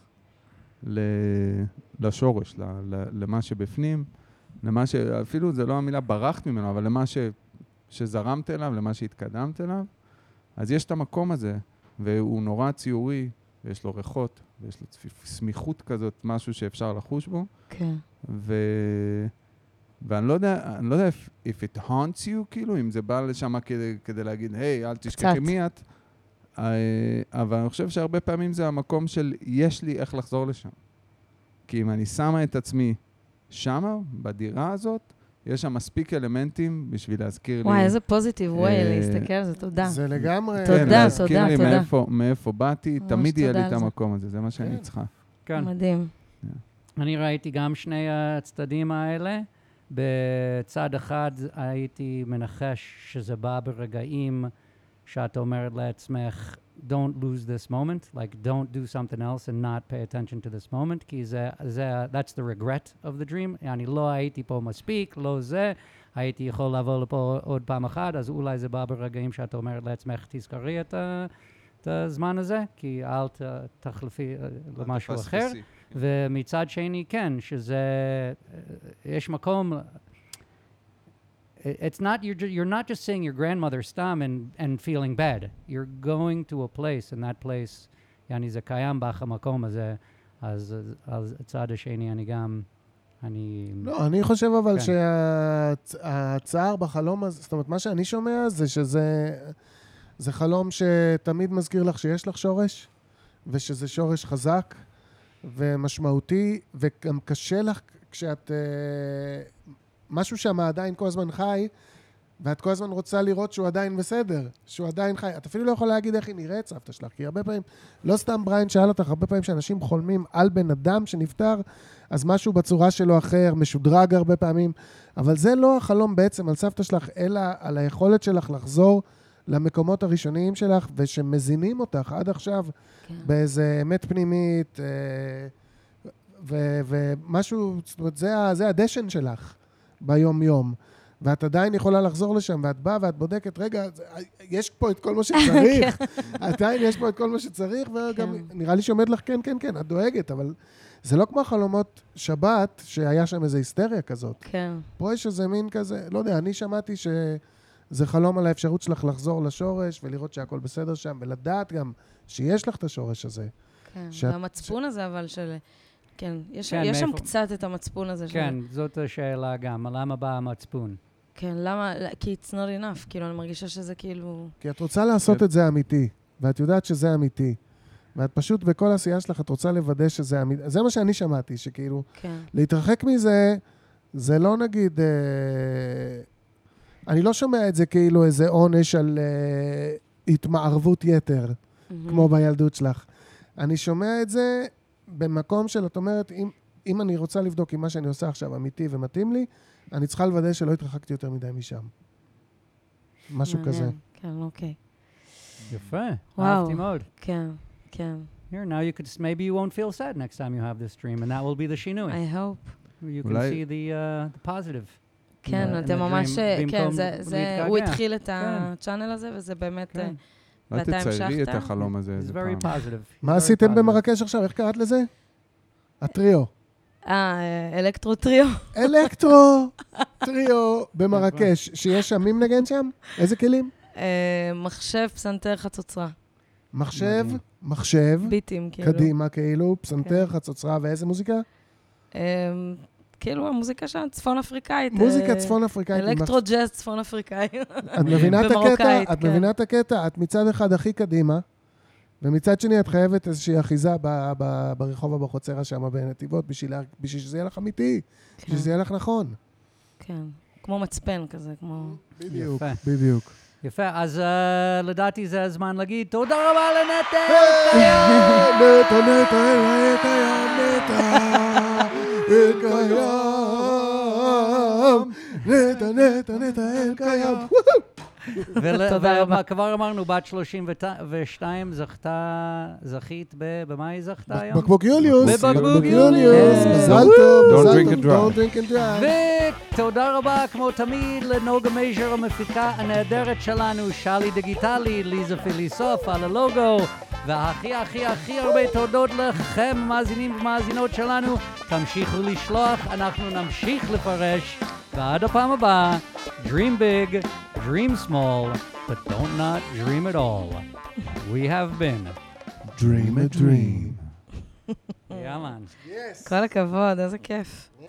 לשורש, למה שבפנים, למה שאפילו זה לא המילה ברחת ממנו, אבל למה שזרמת אליו, למה שהתקדמת אליו. אז יש את המקום הזה, והוא נורא ציורי, ויש לו ריחות, ויש לו סמיכות כזאת, משהו שאפשר לחוש בו. כן. ו... ואני לא יודע, אני לא יודע if, if it haunts you, כאילו, אם זה בא לשם כדי, כדי להגיד, היי, אל תשכחי מי את. אבל אני חושב שהרבה פעמים זה המקום של, יש לי איך לחזור לשם. כי אם אני שמה את עצמי שמה, בדירה הזאת, יש שם מספיק אלמנטים בשביל להזכיר לי... וואי, איזה פוזיטיב ווי להסתכל על זה, תודה. זה לגמרי... תודה, תודה, תודה. להזכיר לי מאיפה, מאיפה באתי, תמיד יהיה לי את המקום הזה, זה מה שאני צריכה. כן. מדהים. אני ראיתי גם שני הצדדים האלה. בצד אחד הייתי מנחש שזה בא ברגעים שאת אומרת לעצמך, don't lose this moment, like don't do something else and not pay attention to this moment, כי זה, זה, that's the regret of the dream. אני לא הייתי פה מספיק, לא זה, הייתי יכול לבוא לפה עוד פעם אחת, אז אולי זה בא ברגעים שאת אומרת לעצמך, תזכרי את, ה, את הזמן הזה, כי אל ת- תחלפי אה, למשהו אחר. תפספסי. ומצד שני, כן, שזה, יש מקום, it's not, you're, ju- you're not just seeing your grandmother stam and, and feeling bad. You're going to a place, and that place, יעני, זה קיים בך המקום הזה, אז, אז הצד השני, אני גם, אני... לא, אני חושב אבל כן. שהצער בחלום הזה, זאת אומרת, מה שאני שומע זה שזה זה חלום שתמיד מזכיר לך שיש לך שורש, ושזה שורש חזק ומשמעותי, וגם קשה לך כשאת... אה, משהו שם עדיין כל הזמן חי, ואת כל הזמן רוצה לראות שהוא עדיין בסדר, שהוא עדיין חי. את אפילו לא יכולה להגיד איך היא נראית, סבתא שלך, כי הרבה פעמים, לא סתם בריין שאל אותך, הרבה פעמים שאנשים חולמים על בן אדם שנפטר, אז משהו בצורה שלו אחר, משודרג הרבה פעמים, אבל זה לא החלום בעצם על סבתא שלך, אלא על היכולת שלך לחזור למקומות הראשוניים שלך, ושמזינים אותך עד עכשיו כן. באיזה אמת פנימית, אה, ו- ומשהו, זאת אומרת, זה, ה- זה הדשן שלך ביום-יום. ואת עדיין יכולה לחזור לשם, ואת באה ואת בודקת, רגע, יש פה את כל מה שצריך, עדיין יש פה את כל מה שצריך, וגם נראה לי שעומד לך, כן, כן, כן, את דואגת, אבל זה לא כמו חלומות שבת, שהיה שם איזו היסטריה כזאת. כן. פה יש איזה מין כזה, לא יודע, אני שמעתי שזה חלום על האפשרות שלך לחזור לשורש, ולראות שהכל בסדר שם, ולדעת גם שיש לך את השורש הזה. כן, שאת- והמצפון הזה, אבל של... כן, יש כן, יש שם מאיפה- קצת את המצפון הזה. של- כן, זאת השאלה גם, למה בא המצפון? כן, למה? כי it's not enough, כאילו, אני מרגישה שזה כאילו... כי את רוצה לעשות את זה אמיתי, ואת יודעת שזה אמיתי. ואת פשוט בכל העשייה שלך, את רוצה לוודא שזה אמיתי. זה מה שאני שמעתי, שכאילו, כן. להתרחק מזה, זה לא נגיד... אה, אני לא שומע את זה כאילו איזה עונש על אה, התמערבות יתר, כמו בילדות שלך. אני שומע את זה במקום של, את אומרת, אם, אם אני רוצה לבדוק אם מה שאני עושה עכשיו אמיתי ומתאים לי, אני צריכה לוודא שלא התרחקתי יותר מדי משם. משהו מעניין. כזה. כן, אוקיי. יפה, וואו. אהבתי מאוד. כן, כן. Here, now you could, maybe you won't feel sad next time you have this dream, and that will be the shinui. I hope. You can אולי- see the, uh, the positive. כן, in the אתם ממש... dream, כן, במקום זה... זה- להתגעגע. הוא התחיל את כן. הצ'אנל הזה, וזה באמת... כן. אולי ואתה תציירי את המשכת? החלום הזה It's איזה very פעם. positive. מה Very עשיתם positive. במרקש עכשיו? איך קראת לזה? הטריו. אה, אלקטרו טריו. אלקטרו טריו במרקש. שיש שם, מי מנגן שם? איזה כלים? אה, מחשב, פסנתר, חצוצרה. מחשב, מחשב, ביטים, כאילו. קדימה כאילו, פסנתר, חצוצרה ואיזה מוזיקה? אה, כאילו, המוזיקה שם צפון אפריקאית. מוזיקה אה, צפון אפריקאית. אלקטרו ג'אז צפון אפריקאי. את מבינה את הקטע? במרוקאית, את כן. מבינה את הקטע? את מצד אחד הכי קדימה, ומצד שני את חייבת איזושהי אחיזה ב- ב- ברחוב הבחוצרה שם בנתיבות, בשביל לה- בשביל שזה יהיה לך אמיתי, בשביל שזה יהיה לך נכון. כן, כמו מצפן כזה, כמו... בדיוק, יפה. בדיוק. יפה, אז uh, לדעתי זה הזמן להגיד תודה רבה לנטע! נטע, נטע, אל קיים, נטע, אל קיים, נטע, נטע, נטע, אל קיים. תודה רבה. וכבר אמרנו, בת שלושים ושתיים זכתה, זכית, ב- במה היא זכתה היום? בקבוק יוליוס. בבקבוק יוליוס. יוליוס. מזל טוב, Don't מזל drink טוב. and drive. Don't drink and drive. ותודה רבה, כמו תמיד, לנוגה מייז'ר, המפיקה הנהדרת שלנו, שלי דיגיטלי, ליזה פיליסוף, על הלוגו, והכי הכי הכי הרבה תודות לכם, מאזינים ומאזינות שלנו. תמשיכו לשלוח, אנחנו נמשיך לפרש, ועד הפעם הבאה, dream big, dream small, but don't not dream at all. We have been. Dream a dream. יאמן. כל הכבוד, איזה כיף.